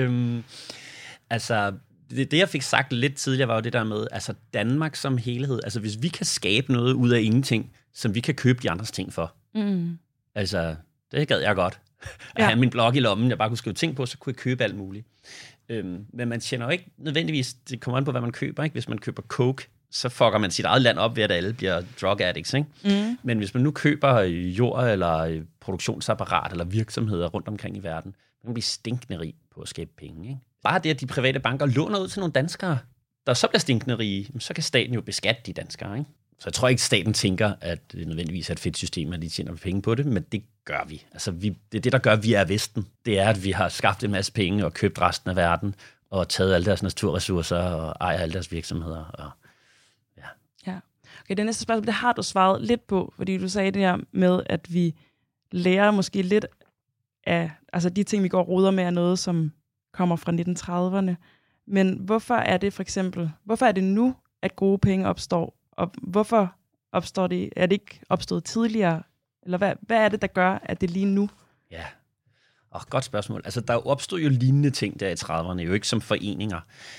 Altså, det jeg fik sagt lidt tidligere, var jo det der med, altså Danmark som helhed, altså hvis vi kan skabe noget ud af ingenting, som vi kan købe de andres ting for. Altså, det gad jeg godt. At have min blog i lommen, jeg bare kunne skrive ting på, så kunne jeg købe alt muligt. Men man tjener jo ikke nødvendigvis, det kommer an på, hvad man køber, ikke? Hvis man køber coke, så fucker man sit eget land op ved, at alle bliver drug addicts, ikke? Men hvis man nu køber jord eller produktionsapparat eller virksomheder rundt omkring i verden, man kan blive stinkende rig på at skabe penge, ikke? Bare det, at de private banker låner ud til nogle danskere, der så bliver stinkende rige, så kan staten jo beskatte de danskere, ikke? Så jeg tror ikke, staten tænker, at det nødvendigvis er et fedt system, at de tjener penge på det, men det gør vi. Altså, det er det, der gør, at vi er Vesten. Det er, at vi har skabt en masse penge og købt resten af verden, og taget alle deres naturressourcer og ejer alle deres virksomheder. Og ja. Okay, det næste spørgsmål, det har du svaret lidt på, fordi du sagde det her med, at vi lærer måske lidt af, altså de ting, vi går og roder med, er noget, som kommer fra 1930'erne. Men hvorfor er det for eksempel, hvorfor er det nu, at gode penge opstår? Og hvorfor opstår det? Er det ikke opstået tidligere? Eller hvad er det, der gør, at det lige nu? Ja, godt spørgsmål. Altså, der opstod jo lignende ting der i 30'erne, jo ikke som foreninger.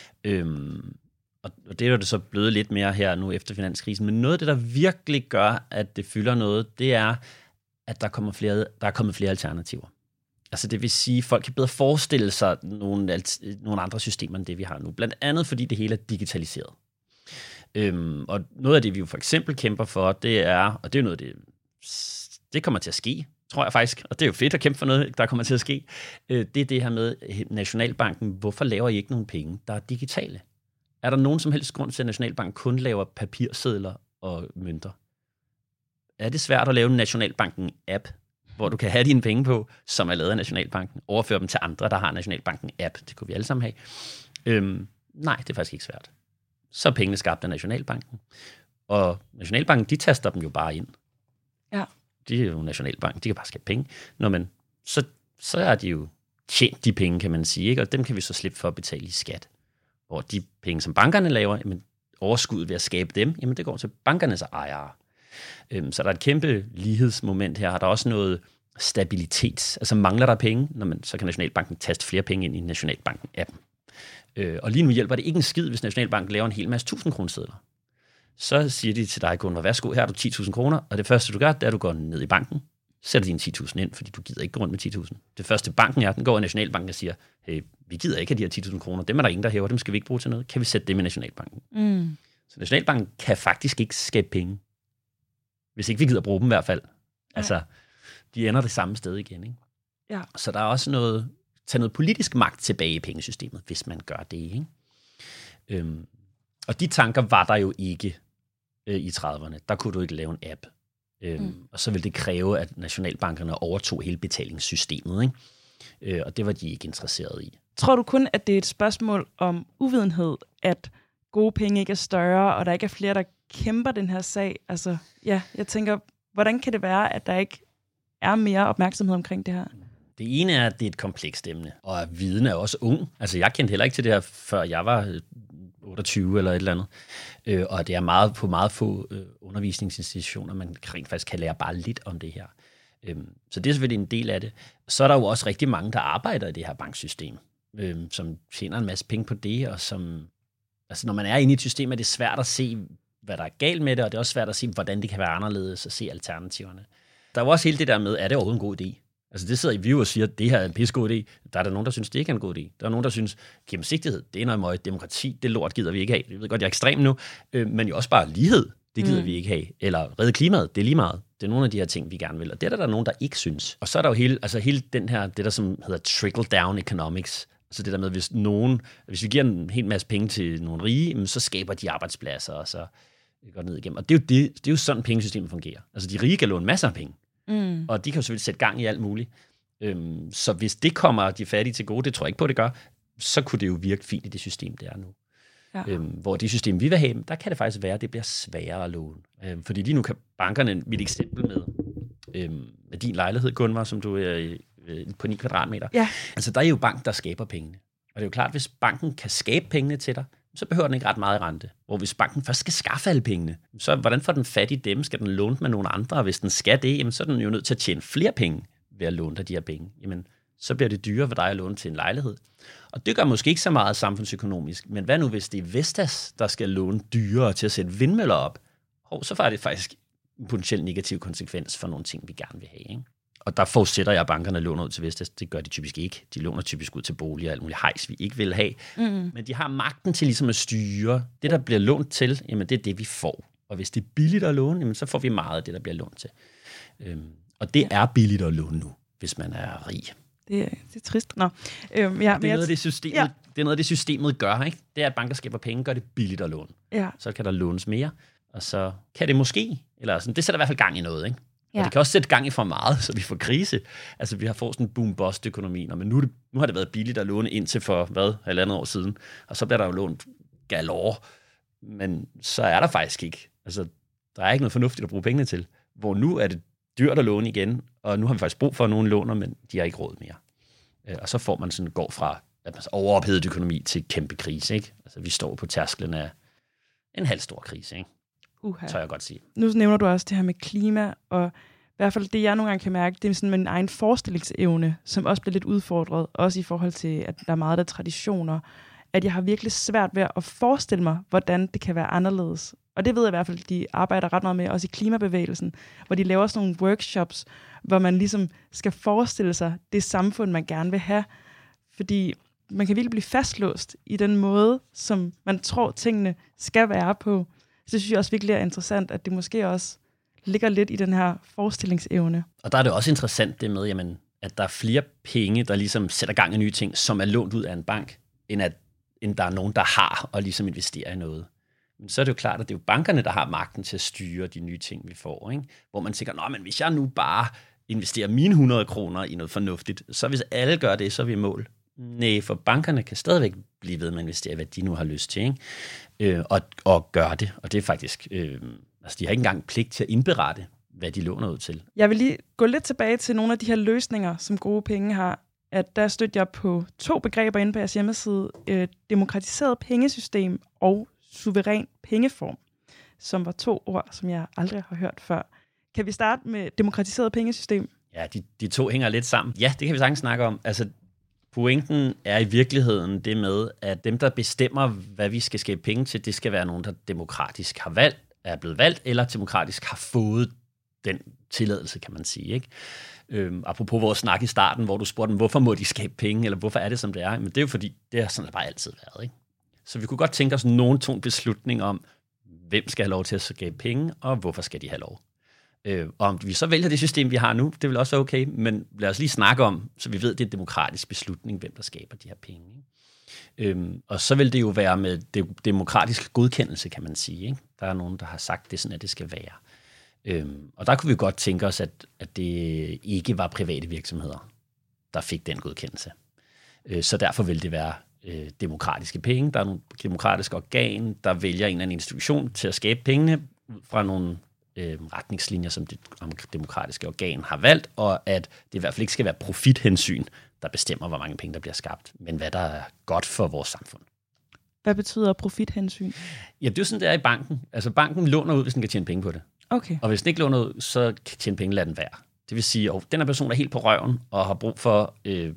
Og det er jo det så blevet lidt mere her nu efter finanskrisen. Men noget af det, der virkelig gør, at det fylder noget, det er, at der er kommet flere alternativer. Altså det vil sige, at folk kan bedre forestille sig nogle andre systemer, end det vi har nu. Blandt andet, fordi det hele er digitaliseret. Og noget af det, vi jo for eksempel kæmper for, det er, og det er noget af det kommer til at ske, tror jeg faktisk, og det er jo fedt at kæmpe for noget, der kommer til at ske, det er det her med Nationalbanken. Hvorfor laver I ikke nogen penge, der er digitale? Er der nogen som helst grund til, at Nationalbanken kun laver papirsedler og mønter? Er det svært at lave en Nationalbanken-app, hvor du kan have dine penge på, som er lavet af Nationalbanken, overføre dem til andre, der har Nationalbanken-app? Det kunne vi alle sammen have. Nej, det er faktisk ikke svært. Så er pengene skabt af Nationalbanken. Og Nationalbanken, de taster dem jo bare ind. Ja. De er jo Nationalbanken, de kan bare skabe penge. Men så er de jo tjent de penge, kan man sige, ikke? Og dem kan vi så slippe for at betale i skat. Hvor de penge, som bankerne laver, jamen, overskuddet ved at skabe dem, jamen det går til bankernes ejere. Så der er et kæmpe lighedsmoment her. Der er også noget stabilitet. Altså mangler der penge, så kan Nationalbanken taste flere penge ind i Nationalbanken-appen. Og lige nu hjælper det ikke en skid, hvis Nationalbanken laver en hel masse 1000 kronesedler. Så siger de til dig, Gunnar, værsgo, her har du 10.000 kroner, og det første du gør, det er, at du går ned i banken, sætter dine 10.000 ind, fordi du gider ikke gå rundt med 10.000. Det første banken er, den går i Nationalbanken og siger, hey, vi gider ikke have de her 10.000 kroner, dem er der ingen, der hæver, dem skal vi ikke bruge til noget, kan vi sætte dem i Nationalbanken? Så Nationalbanken kan faktisk ikke skabe penge, hvis ikke vi gider bruge dem i hvert fald. Altså, de ender det samme sted igen, ikke? Ja. Så der er også noget politisk magt tilbage i pengesystemet, hvis man gør det, ikke? Og de tanker var der jo ikke i 30'erne. Der kunne du ikke lave en app. Og så ville det kræve, at nationalbankerne overtog hele betalingssystemet, ikke? Og det var de ikke interesserede i. Tror du kun, at det er et spørgsmål om uvidenhed, at gode penge ikke er større, og der ikke er flere, der kæmper den her sag? Altså, ja, jeg tænker, hvordan kan det være, at der ikke er mere opmærksomhed omkring det her? Det ene er, at det er et komplekst emne, og viden er også ung. Altså, jeg kendte heller ikke til det her, før jeg var 28 eller et eller andet. Og det er på meget få undervisningsinstitutioner, man rent faktisk kan lære bare lidt om det her. Så det er selvfølgelig en del af det. Så er der jo også rigtig mange, der arbejder i det her banksystem, som tjener en masse penge på det, og som... Altså, når man er inde i et system, er det svært at se, hvad der er galt med det, og det er også svært at se, hvordan det kan være anderledes, og se alternativerne. Der er jo også hele det der med, er det overhovedet en god idé? Altså, det sidder i vi og siger, at det her er en pissegod idé. Der er der nogen, der synes, det ikke er en god idé. Der er nogen, der synes, gennemsigtighed, det er noget møg. Demokrati, det lort gider vi ikke have. Jeg ved godt, jeg er ekstrem nu, men jo også bare lighed, det gider vi ikke have. Eller redde klimaet, det er lige meget. Det er nogle af de her ting, vi gerne vil. Og det er der nogen, der ikke synes. Og så er der jo hele den her, det der som hedder trickle-down economics. Så det der med, hvis vi giver en hel masse penge til nogle rige, så skaber de arbejdspladser, og så går det ned igennem. Og det er jo sådan, pengesystemet fungerer. Altså, de rige kan låne masser af penge. Og de kan jo selvfølgelig sætte gang i alt muligt. Så hvis det kommer de fattige til gode, det tror jeg ikke på, det gør, så kunne det jo virke fint i det system, det er nu. Ja. Hvor det system, vi vil have, der kan det faktisk være, at det bliver sværere at låne. Fordi lige nu kan bankerne, mit eksempel med din lejlighed, Gunvar, som du er på 9 kvadratmeter. Ja. Altså, der er jo bank, der skaber pengene. Og det er jo klart, hvis banken kan skabe pengene til dig, så behøver den ikke ret meget i rente. Hvor hvis banken først skal skaffe alle pengene, så hvordan får den fat i dem? Skal den låne med nogle andre? Og hvis den skal det, jamen, så er den jo nødt til at tjene flere penge ved at låne dig de her penge. Jamen, så bliver det dyrere for dig at låne til en lejlighed. Og det gør måske ikke så meget samfundsøkonomisk. Men hvad nu, hvis det er Vestas, der skal låne dyrere til at sætte vindmøller op? Så får det faktisk en potentielt negativ konsekvens for nogle ting, vi gerne vil have, ikke? Og der forudsætter jeg, at bankerne låner ud til Vestas. Det gør de typisk ikke. De låner typisk ud til boliger og alt muligt hejs, vi ikke vil have. Men de har magten til ligesom at styre. Det, der bliver lånt til, jamen det er det, vi får. Og hvis det er billigt at låne, jamen så får vi meget af det, der bliver lånt til. Og det er billigt at låne nu, hvis man er rig. Det er trist. Nå. Det er noget af det, systemet, det er noget af det, systemet gør, ikke? Det er, at banker skaber penge, gør det billigt at låne. Ja. Så kan der lånes mere, og så kan det måske, eller sådan, det sætter i hvert fald gang i noget, ikke? Ja. Og det kan også sætte gang i for meget, så vi får krise. Altså, vi har fået sådan en boom-bust-økonomi, men nu har det været billigt at låne indtil for, 1,5 år siden, og så bliver der jo lånt galore, men så er der faktisk ikke. Altså, der er ikke noget fornuftigt at bruge pengene til, hvor nu er det dyrt at låne igen, og nu har vi faktisk brug for nogle låner, men de har ikke råd mere. Og så får man sådan, går fra overophedet økonomi til kæmpe krise, ikke? Altså, vi står på tærsklen af en halv stor krise, ikke? Tør jeg godt sige. Nu nævner du også det her med klima, og i hvert fald det, jeg nogle gange kan mærke, det er sådan min egen forestillingsevne, som også bliver lidt udfordret, også i forhold til, at der er meget af traditioner, at jeg har virkelig svært ved at forestille mig, hvordan det kan være anderledes. Og det ved jeg i hvert fald, de arbejder ret meget med, også i klimabevægelsen, hvor de laver sådan nogle workshops, hvor man ligesom skal forestille sig det samfund, man gerne vil have. Fordi man kan virkelig blive fastlåst i den måde, som man tror, tingene skal være på. Så det synes jeg også virkelig er interessant, at det måske også ligger lidt i den her forestillingsevne. Og der er det også interessant det med, jamen, at der er flere penge, der ligesom sætter gang i nye ting, som er lånt ud af en bank, end der er nogen, der har og ligesom investerer i noget. Men så er det jo klart, at det er jo bankerne, der har magten til at styre de nye ting, vi får, ikke? Hvor man tænker, men hvis jeg nu bare investerer mine 100 kroner i noget fornuftigt, så hvis alle gør det, så er vi i mål. Nej, for bankerne kan stadigvæk blive ved med at investere, hvad de nu har lyst til, ikke? Og gøre det. Og det er faktisk... Altså, de har ikke engang pligt til at indberette, hvad de låner ud til. Jeg vil lige gå lidt tilbage til nogle af de her løsninger, som gode penge har. At der stødte jeg på 2 begreber inde på jeres hjemmeside. Demokratiseret pengesystem og suveræn pengeform, som var 2 ord, som jeg aldrig har hørt før. Kan vi starte med demokratiseret pengesystem? Ja, de 2 hænger lidt sammen. Ja, det kan vi sagtens snakke om. Altså, pointen er i virkeligheden det med, at dem, der bestemmer, hvad vi skal skabe penge til, det skal være nogen, der demokratisk er blevet valgt, eller demokratisk har fået den tilladelse, kan man sige, ikke? Apropos vores snak i starten, hvor du spurgte dem, hvorfor må de skabe penge, eller hvorfor er det, som det er? Men det er jo fordi, det har sådan bare altid været, ikke? Så vi kunne godt tænke os nogen tung beslutning om, hvem skal have lov til at skabe penge, og hvorfor skal de have lov? Og om vi så vælger det system, vi har nu, det vil også være okay, men lad os lige snakke om, så vi ved, at det er en demokratisk beslutning, hvem der skaber de her penge, ikke? Og så vil det jo være med demokratisk godkendelse, kan man sige, ikke? Der er nogen, der har sagt, det er sådan, at det skal være. Og der kunne vi godt tænke os, at det ikke var private virksomheder, der fik den godkendelse. Så derfor vil det være demokratiske penge. Der er nogle demokratiske organ, der vælger en eller anden institution til at skabe pengene ud fra nogle retningslinjer, som det demokratiske organ har valgt, og at det i hvert fald ikke skal være profithensyn, der bestemmer, hvor mange penge, der bliver skabt, men hvad der er godt for vores samfund. Hvad betyder profithensyn? Ja, det er jo sådan, det er i banken. Altså banken låner ud, hvis den kan tjene penge på det. Okay. Og hvis den ikke låner ud, så kan tjene penge, lad den være. Det vil sige, at den her person er helt på røven og har brug for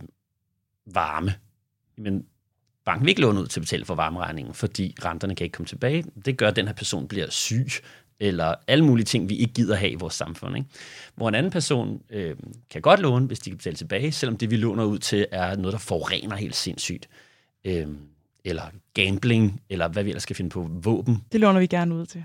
varme. Men banken vil ikke låne ud til at betale for varmeregningen, fordi renterne kan ikke komme tilbage. Det gør, at den her person bliver syg, eller alle mulige ting, vi ikke gider have i vores samfund. Ikke? Hvor en anden person kan godt låne, hvis de kan betale tilbage, selvom det, vi låner ud til, er noget, der forurener helt sindssygt. Eller gambling, eller hvad vi ellers skal finde på, våben. Det låner vi gerne ud til.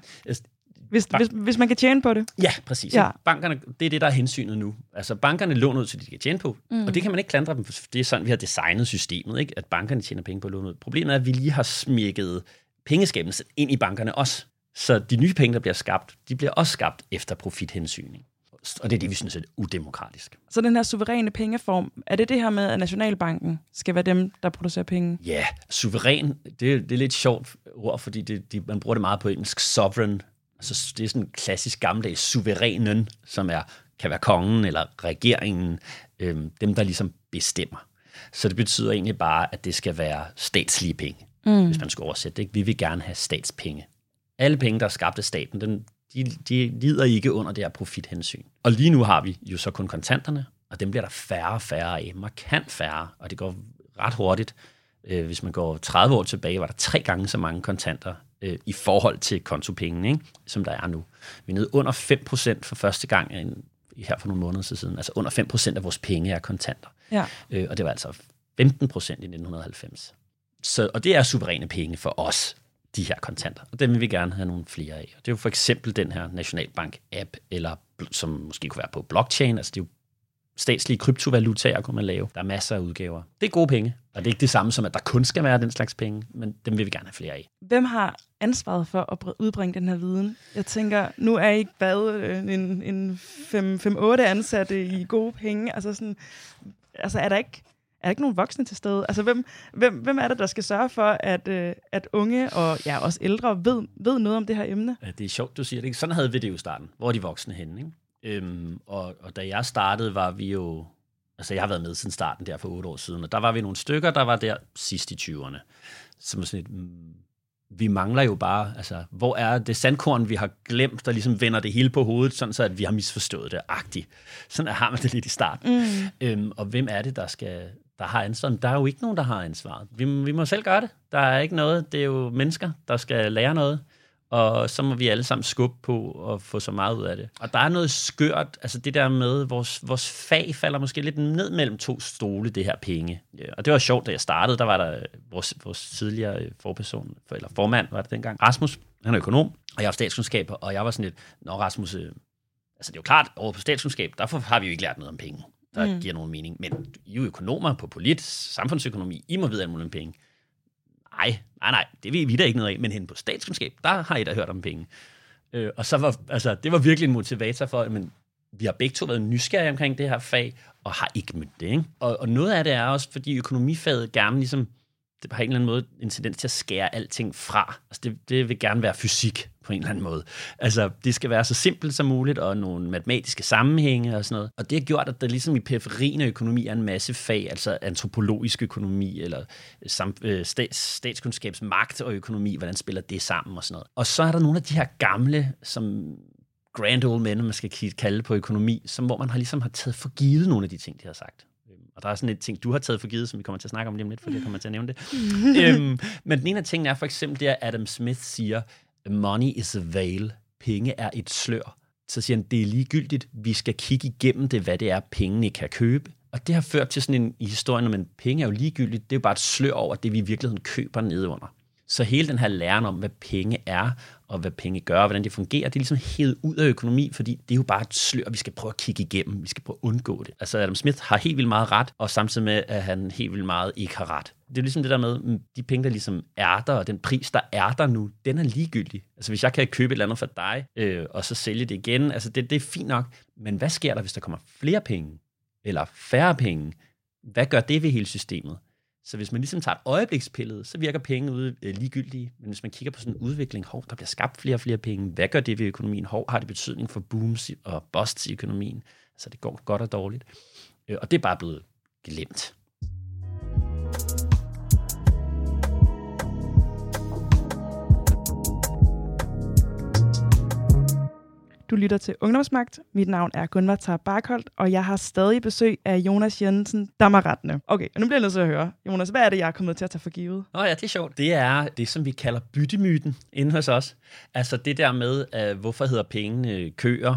Hvis man kan tjene på det. Ja, præcis. Ja. Bankerne, det er det, der er hensynet nu. Altså, bankerne låner ud, så de kan tjene på. Og det kan man ikke klandre dem, for det er sådan, vi har designet systemet, ikke? At bankerne tjener penge på at låne ud. Problemet er, at vi lige har smækket pengeskabelsen ind i bankerne også. Så de nye penge, der bliver skabt, de bliver også skabt efter profithensyn. Og det er det, vi synes er udemokratisk. Så den her suveræne pengeform, er det her med, at Nationalbanken skal være dem, der producerer penge? Ja, suveræn, det er lidt sjovt ord, fordi man bruger det meget på engelsk. Sovereign, altså det er sådan en klassisk gammeldags suverænen, som kan være kongen eller regeringen, dem der ligesom bestemmer. Så det betyder egentlig bare, at det skal være statslige penge, hvis man skal oversætte det. Ikke? Vi vil gerne have statspenge. Alle penge, der er skabt af staten, de lider ikke under det her profithensyn. Og lige nu har vi jo så kun kontanterne, og dem bliver der færre og færre af, markant færre, og det går ret hurtigt. Hvis man går 30 år tilbage, var der 3 gange så mange kontanter i forhold til kontopengene, ikke? Som der er nu. Vi er nede under 5% for første gang her for nogle måneder siden. Altså under 5% af vores penge er kontanter. Ja. Og det var altså 15% i 1990. Og det er suveræne penge for os, de her kontanter. Og dem vil vi gerne have nogle flere af. Og det er jo for eksempel den her Nationalbank-app, eller som måske kunne være på blockchain. Altså det er jo statslige kryptovalutaer, kunne man lave. Der er masser af udgaver. Det er gode penge, og det er ikke det samme som, at der kun skal være den slags penge, men dem vil vi gerne have flere af. Hvem har ansvaret for at udbringe den her viden? Jeg tænker, nu er I ikke bare en 5-8 ansatte i gode penge. Altså er der ikke nogen voksne til stede? Altså hvem er det, der skal sørge for, at unge og også ældre ved noget om det her emne? Ja, det er sjovt, du siger det. Sådan havde vi det jo i starten. Hvor er de voksne henne, ikke? Og da jeg startede, var vi jo... Altså, jeg har været med siden starten der for 8 år siden, og der var vi nogle stykker, der var der sidst i 20'erne. Som sådan vi mangler jo bare... Altså, hvor er det sandkorn, vi har glemt, der ligesom vender det hele på hovedet, sådan så, at vi har misforstået det agtigt. Sådan har man det lidt i starten. Og hvem er det, der har ansvaret? Der er jo ikke nogen, der har ansvaret. Vi må selv gøre det. Der er ikke noget. Det er jo mennesker, der skal lære noget. Og så må vi alle sammen skubbe på at få så meget ud af det. Og der er noget skørt, altså det der med, vores fag falder måske lidt ned mellem 2 stole, det her penge. Og det var sjovt, da jeg startede, der var der vores tidligere formand, var det dengang, Rasmus, han er økonom, og jeg har statskundskaber, og jeg var sådan lidt, Rasmus, altså det er jo klart, over på statskundskab, derfor har vi jo ikke lært noget om penge, der giver nogen mening. Men I er jo økonomer på samfundsøkonomi, I må vide alt muligt om penge. Nej, det ved vi da ikke noget af, men hen på statskundskab, der har I da hørt om penge. Og så var, det var virkelig en motivator for, men vi har begge to været nysgerrige omkring det her fag, og har ikke mødt det, ikke? Og noget af det er også, fordi økonomifaget gerne ligesom, det har en eller anden måde en tendens til at skære alting fra. Altså det vil gerne være fysik på en eller anden måde. Altså det skal være så simpelt som muligt, og nogle matematiske sammenhænge og sådan noget. Og det har gjort, at der ligesom i periferien af økonomi er en masse fag, altså antropologisk økonomi, eller statskundskabsmagt og økonomi, hvordan spiller det sammen og sådan noget. Og så er der nogle af de her gamle, som grand old men, man skal kalde på økonomi, hvor man ligesom har taget for givet nogle af de ting, de har sagt. Og der er sådan et ting, du har taget for givet, som vi kommer til at snakke om lige om lidt, for jeg kommer til at nævne det. Men den ene af tingene er for eksempel det, at Adam Smith siger, money is a veil. Penge er et slør. Så siger han, det er ligegyldigt. Vi skal kigge igennem det, hvad det er, pengene kan købe. Og det har ført til sådan en i historien, men penge er jo ligegyldigt. Det er jo bare et slør over det, vi i virkeligheden køber nedenunder. Så hele den her læren om, hvad penge er, og hvad penge gør, og hvordan det fungerer, det er ligesom hævet ud af økonomi, fordi det er jo bare et slør, vi skal prøve at kigge igennem, vi skal prøve at undgå det. Altså Adam Smith har helt vildt meget ret, og samtidig med, at han helt vildt meget ikke har ret. Det er ligesom det der med, de penge, der ligesom er der, og den pris, der er der nu, den er ligegyldig. Altså hvis jeg kan købe et eller andet for dig, og så sælge det igen, altså det er fint nok, men hvad sker der, hvis der kommer flere penge, eller færre penge? Hvad gør det ved hele systemet? Så hvis man ligesom tager et øjebliksbillede, så virker penge ude ligegyldige. Men hvis man kigger på sådan en udvikling, der bliver skabt flere og flere penge. Hvad gør det ved økonomien? Har det betydning for booms og busts i økonomien? Altså det går godt og dårligt. Og det er bare blevet glemt. Du lytter til Ungdomsmagt. Mit navn er Gunvar Tarp Barkholt, og jeg har stadig besøg af Jonas Jensen, Dammerettene. Okay, og nu bliver jeg nødt til at høre. Jonas, hvad er det, jeg er kommet til at tage for givet? Ja, det er sjovt. Det er det, som vi kalder byttemyten inde hos os. Altså det der med, hvorfor hedder pengene køer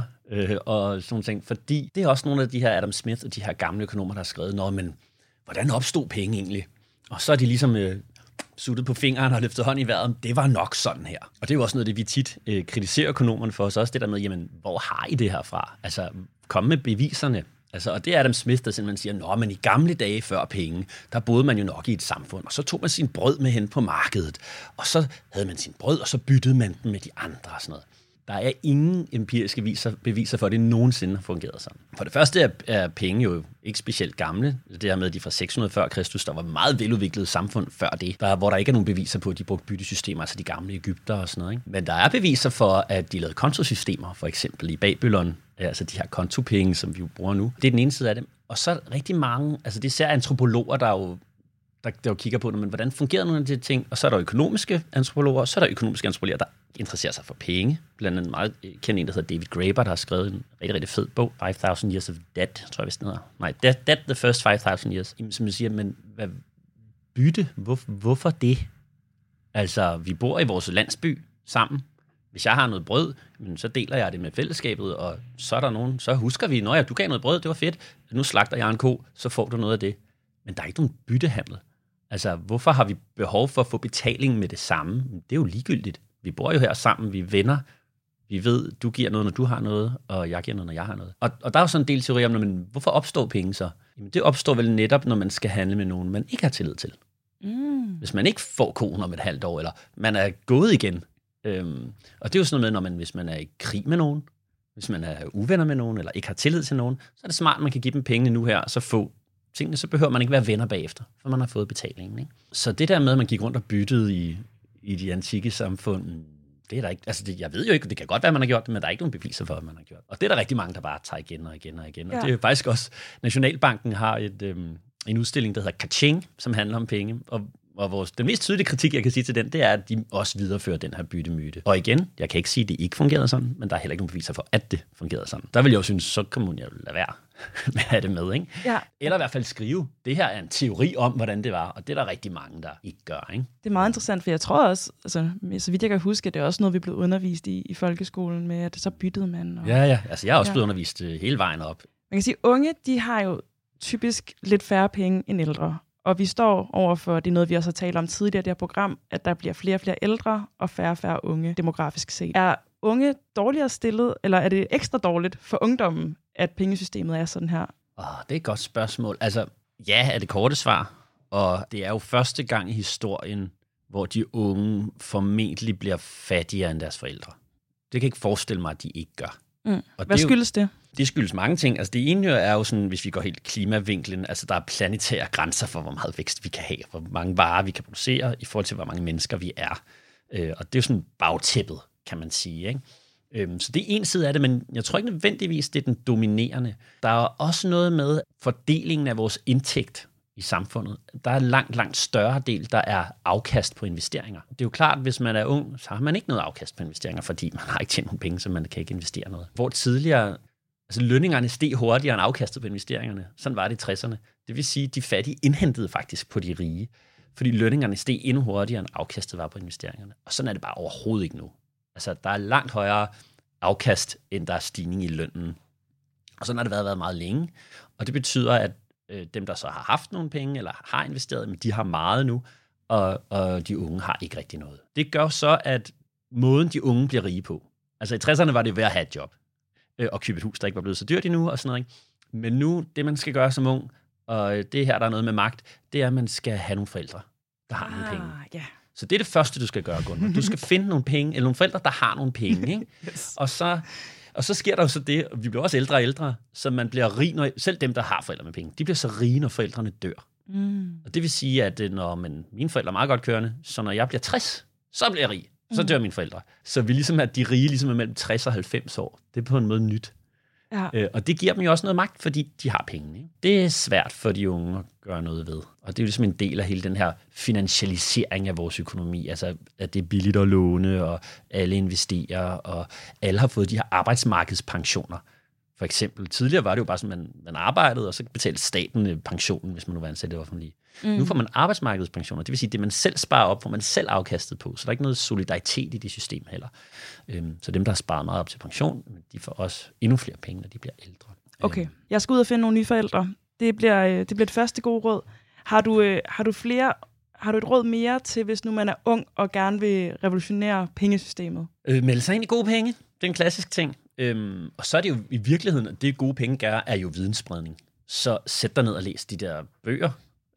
og sådan ting. Fordi det er også nogle af de her Adam Smith og de her gamle økonomer, der har skrevet, men hvordan opstod penge egentlig? Og så er de ligesom suttet på fingeren og løftet hånd i vejret. Det var nok sådan her. Og det er jo også noget, det vi tit kritiserer økonomerne for os også. Det der med, jamen, hvor har I det her fra? Altså, kom med beviserne. Altså, og det er Adam Smith, der simpelthen siger, men i gamle dage før penge, der boede man jo nok i et samfund, og så tog man sin brød med hen på markedet, og så havde man sin brød, og så byttede man den med de andre og sådan noget. Der er ingen empiriske beviser for, at det nogensinde har fungeret sådan. For det første er penge jo ikke specielt gamle. Det her med, de fra 600 før Kristus, der var meget veludviklet samfund før det, hvor der ikke er nogen beviser på, at de brugte byttesystemer, altså de gamle Egypter og sådan noget. Ikke? Men der er beviser for, at de lavede kontosystemer, for eksempel i Babylon, altså de her kontopenge, som vi jo bruger nu. Det er den ene side af det. Og så rigtig mange, altså det er især antropologer, der kigger på det, men hvordan fungerer nogle af de ting? Og så er der økonomiske antropologer, og så er der økonomiske antropologer, der interesserer sig for penge. Blandt andet meget kendt en, der hedder David Graeber, der har skrevet en rigtig, rigtig fed bog, 5.000 Years of Debt, tror jeg vist den hedder. Nej, Debt the First 5.000 Years. Som jeg siger, men hvad bytte? Hvorfor det? Altså, vi bor i vores landsby sammen. Hvis jeg har noget brød, så deler jeg det med fællesskabet, og så er der nogen, så husker vi, du gav noget brød, det var fedt, nu slagter jeg en ko, så får du noget af det. Men der er ikke nogen byttehandel. Altså, hvorfor har vi behov for at få betaling med det samme? Det er jo ligegyldigt. Vi bor jo her sammen, vi er venner. Vi ved, du giver noget, når du har noget, og jeg giver noget, når jeg har noget. Og der er jo sådan en del teori om, men hvorfor opstår penge så? Jamen, det opstår vel netop, når man skal handle med nogen, man ikke har tillid til. Hvis man ikke får koen om et halvt år, eller man er gået igen. Og det er jo sådan noget med, hvis man er i krig med nogen, hvis man er uvenner med nogen, eller ikke har tillid til nogen, så er det smart, at man kan give dem pengene nu her, og så få tingene, så behøver man ikke være venner bagefter, for man har fået betalingen. Ikke? Så det der med, at man gik rundt og byttede i de antikke samfund, det er der ikke. Altså, jeg ved jo ikke, det kan godt være, at man har gjort det, men der er ikke nogen beviser for, at man har gjort det. Og det er der rigtig mange, der bare tager igen og igen og igen. Ja. Og det er jo faktisk også, Nationalbanken har en udstilling, der hedder Kaching, som handler om penge, og den mest tydelige kritik, jeg kan sige til den, det er, at de også viderefører den her byttemyte. Og igen, jeg kan ikke sige, at det ikke fungerede sådan, men der er heller ikke nogen beviser for, at det fungerede sådan. Der vil jeg jo synes, så kan man jo lade være med at have det med, ikke? Ja. Eller i hvert fald skrive, det her er en teori om, hvordan det var, og det er der rigtig mange, der ikke gør, ikke? Det er meget interessant, for jeg tror også, altså, så vidt jeg kan huske, at det er også noget, vi blev undervist i folkeskolen med, at så byttede man. Og ja, altså jeg har også blevet undervist hele vejen op. Man kan sige, unge, de har jo typisk lidt færre penge end ældre. Og vi står overfor, det er noget, vi også har talt om tidligere i det her program, at der bliver flere og flere ældre og færre og færre unge, demografisk set. Er unge dårligere stillet, eller er det ekstra dårligt for ungdommen, at pengesystemet er sådan her? Det er et godt spørgsmål. Altså, ja, er det korte svar. Og det er jo første gang i historien, hvor de unge formentlig bliver fattigere end deres forældre. Det kan jeg ikke forestille mig, at de ikke gør. Og hvad skyldes det? Det skyldes mange ting. Altså det ene er jo sådan, hvis vi går helt klimavinklen, altså der er planetære grænser for, hvor meget vækst vi kan have, hvor mange varer vi kan producere, i forhold til, hvor mange mennesker vi er. Og det er jo sådan bagtæppet, kan man sige, ikke? Så det er en side af det, men jeg tror ikke nødvendigvis, det er den dominerende. Der er også noget med fordelingen af vores indtægt i samfundet. Der er langt større del, der er afkast på investeringer. Det er jo klart, at hvis man er ung, så har man ikke noget afkast på investeringer, fordi man har ikke tjent nogle penge, så man kan ikke investere noget. Hvor tidligere, altså lønningerne steg hurtigere end afkastet på investeringerne. Sådan var det i 60'erne. Det vil sige, at de fattige indhentede faktisk på de rige, fordi lønningerne steg endnu hurtigere end afkastet var på investeringerne. Og sådan er det bare overhovedet ikke nu. Altså, der er langt højere afkast, end der er stigning i lønnen. Og sådan har det været meget længe. Og det betyder, at dem, der så har haft nogle penge, eller har investeret, men de har meget nu, og de unge har ikke rigtig noget. Det gør så, at måden de unge bliver rige på. Altså i 60'erne var det ved at have et job, og købe et hus, der ikke var blevet så dyrt endnu, og sådan noget, ikke? Men nu, det man skal gøre som ung, og det her, der er noget med magt, det er, at man skal have nogle forældre, der har nogle penge. Yeah. Så det er det første, du skal gøre, Gunnar. Du skal finde nogle penge, eller nogle forældre, der har nogle penge, ikke? Yes. Og så sker der jo så det, og vi bliver også ældre og ældre, så man bliver rig, når, selv dem, der har forældre med penge, de bliver så rige, når forældrene dør. Og det vil sige, at når mine forældre er meget godt kørende, så når jeg bliver 60, så bliver jeg rig. Så dør mine forældre. Så vi ligesom er de rige ligesom er mellem 60 og 90 år. Det er på en måde nyt. Ja. Og det giver dem jo også noget magt, fordi de har penge. Ikke? Det er svært for de unge at gøre noget ved. Og det er jo ligesom en del af hele den her finansialisering af vores økonomi. Altså, at det er billigt at låne, og alle investerer, og alle har fået de her arbejdsmarkedspensioner. For eksempel, tidligere var det jo bare sådan, man arbejdede, og så betalte staten pensionen, hvis man nu var ansat i det offentlige. Nu får man arbejdsmarkedspensioner, det vil sige, det man selv sparer op, får man selv afkastet på, så der er ikke noget solidaritet i det system heller. Så dem, der har sparet meget op til pension, de får også endnu flere penge, når de bliver ældre. Okay, jeg skal ud og finde nogle nye forældre. Det bliver det første gode råd. Har du et råd mere til, hvis nu man er ung og gerne vil revolutionere pengesystemet? Melde sig ind i gode penge, det er en klassisk ting. Og så er det jo i virkeligheden, at det gode penge gør, er jo vidensspredning. Så sæt dig ned og læs de der bøger.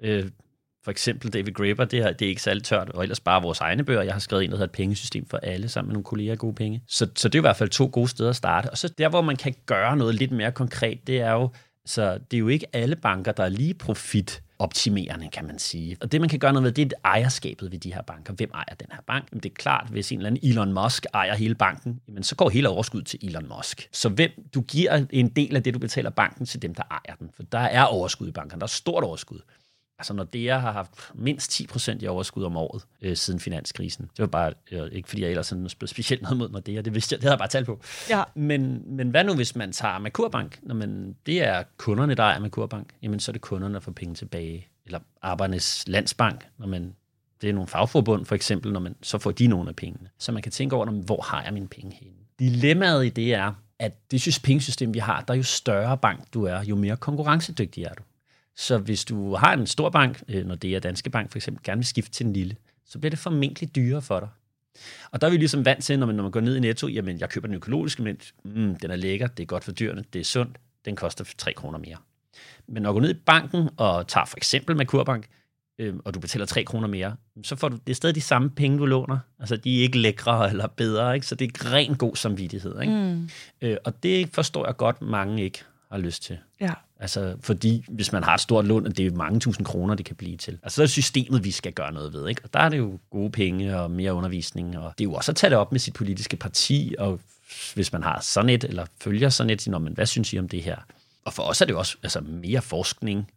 For eksempel David Graeber, det er ikke særlig tørt, og ellers bare vores egne bøger. Jeg har skrevet en, der hedder Et pengesystem for alle, sammen med nogle kolleger af gode penge. Så det er i hvert fald 2 gode steder at starte. Og så der, hvor man kan gøre noget lidt mere konkret, det er jo, så det er jo ikke alle banker, der er lige profitoptimerende, kan man sige. Og det, man kan gøre noget ved, det er ejerskabet ved de her banker. Hvem ejer den her bank? Men det er klart, hvis en eller anden Elon Musk ejer hele banken, jamen, så går hele overskuddet til Elon Musk. Så du giver en del af det, du betaler banken, til dem, der ejer den. For der er overskud i bankerne. Der er stort overskud. Altså Nordea har haft mindst 10% i overskud om året siden finanskrisen. Det var bare, ikke fordi jeg ellers sådan specielt noget mod Nordea, det vidste jeg, det havde jeg bare talt på. Ja. Men hvad nu, hvis man tager Merkur Bank? Når det er kunderne, der ejer Merkur Bank, jamen så er det kunderne, der får penge tilbage. Eller Arbejdernes Landsbank, det er nogle fagforbund for eksempel, så får de nogle af pengene. Så man kan tænke over, hvor har jeg mine penge henne? Dilemmaet i det er, at det pengesystem, vi har, der er jo større bank du er, jo mere konkurrencedygtig er du. Så hvis du har en stor bank, når det er Danske Bank for eksempel, gerne vil skifte til en lille, så bliver det formentlig dyrere for dig. Og der er vi ligesom vant til, når man går ned i Netto, jamen jeg køber den økologiske mælk, den er lækker, det er godt for dyrene, det er sundt, den koster 3 kroner mere. Men når du går ned i banken og tager for eksempel Merkur Bank, og du betaler 3 kroner mere, så får du, det er stadig de samme penge, du låner. Altså de er ikke lækre eller bedre, ikke? Så det er ren god samvittighed. Ikke? Og det forstår jeg godt, mange ikke har lyst til. Ja. Altså, fordi hvis man har et stort lån, det er mange tusind kroner, det kan blive til. Altså, så er det systemet, vi skal gøre noget ved, ikke? Og der er det jo gode penge og mere undervisning, og det er jo også at tage det op med sit politiske parti, og hvis man har sådan et, eller følger sådan et, så hvad synes I om det her? Og for os er det jo også mere forskning,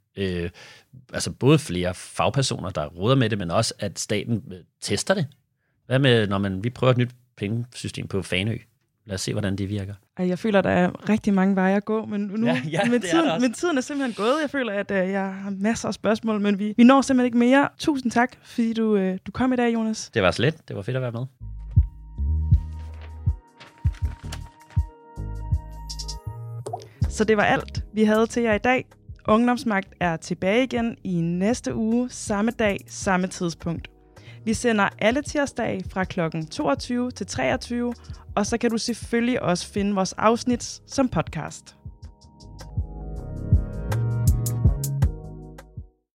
altså både flere fagpersoner, der råder med det, men også at staten tester det. Hvad med, når vi prøver et nyt pengesystem på Fanø? Lad os se, hvordan det virker. Jeg føler, der er rigtig mange veje at gå, men tiden er simpelthen gået. Jeg føler, at jeg har masser af spørgsmål, men vi når simpelthen ikke mere. Tusind tak, fordi du kom i dag, Jonas. Det var slet. Det var fedt at være med. Så det var alt, vi havde til jer i dag. Ungdomsmagt er tilbage igen i næste uge, samme dag, samme tidspunkt. Vi sender alle tirsdage fra kl. 22 til 23, og så kan du selvfølgelig også finde vores afsnit som podcast.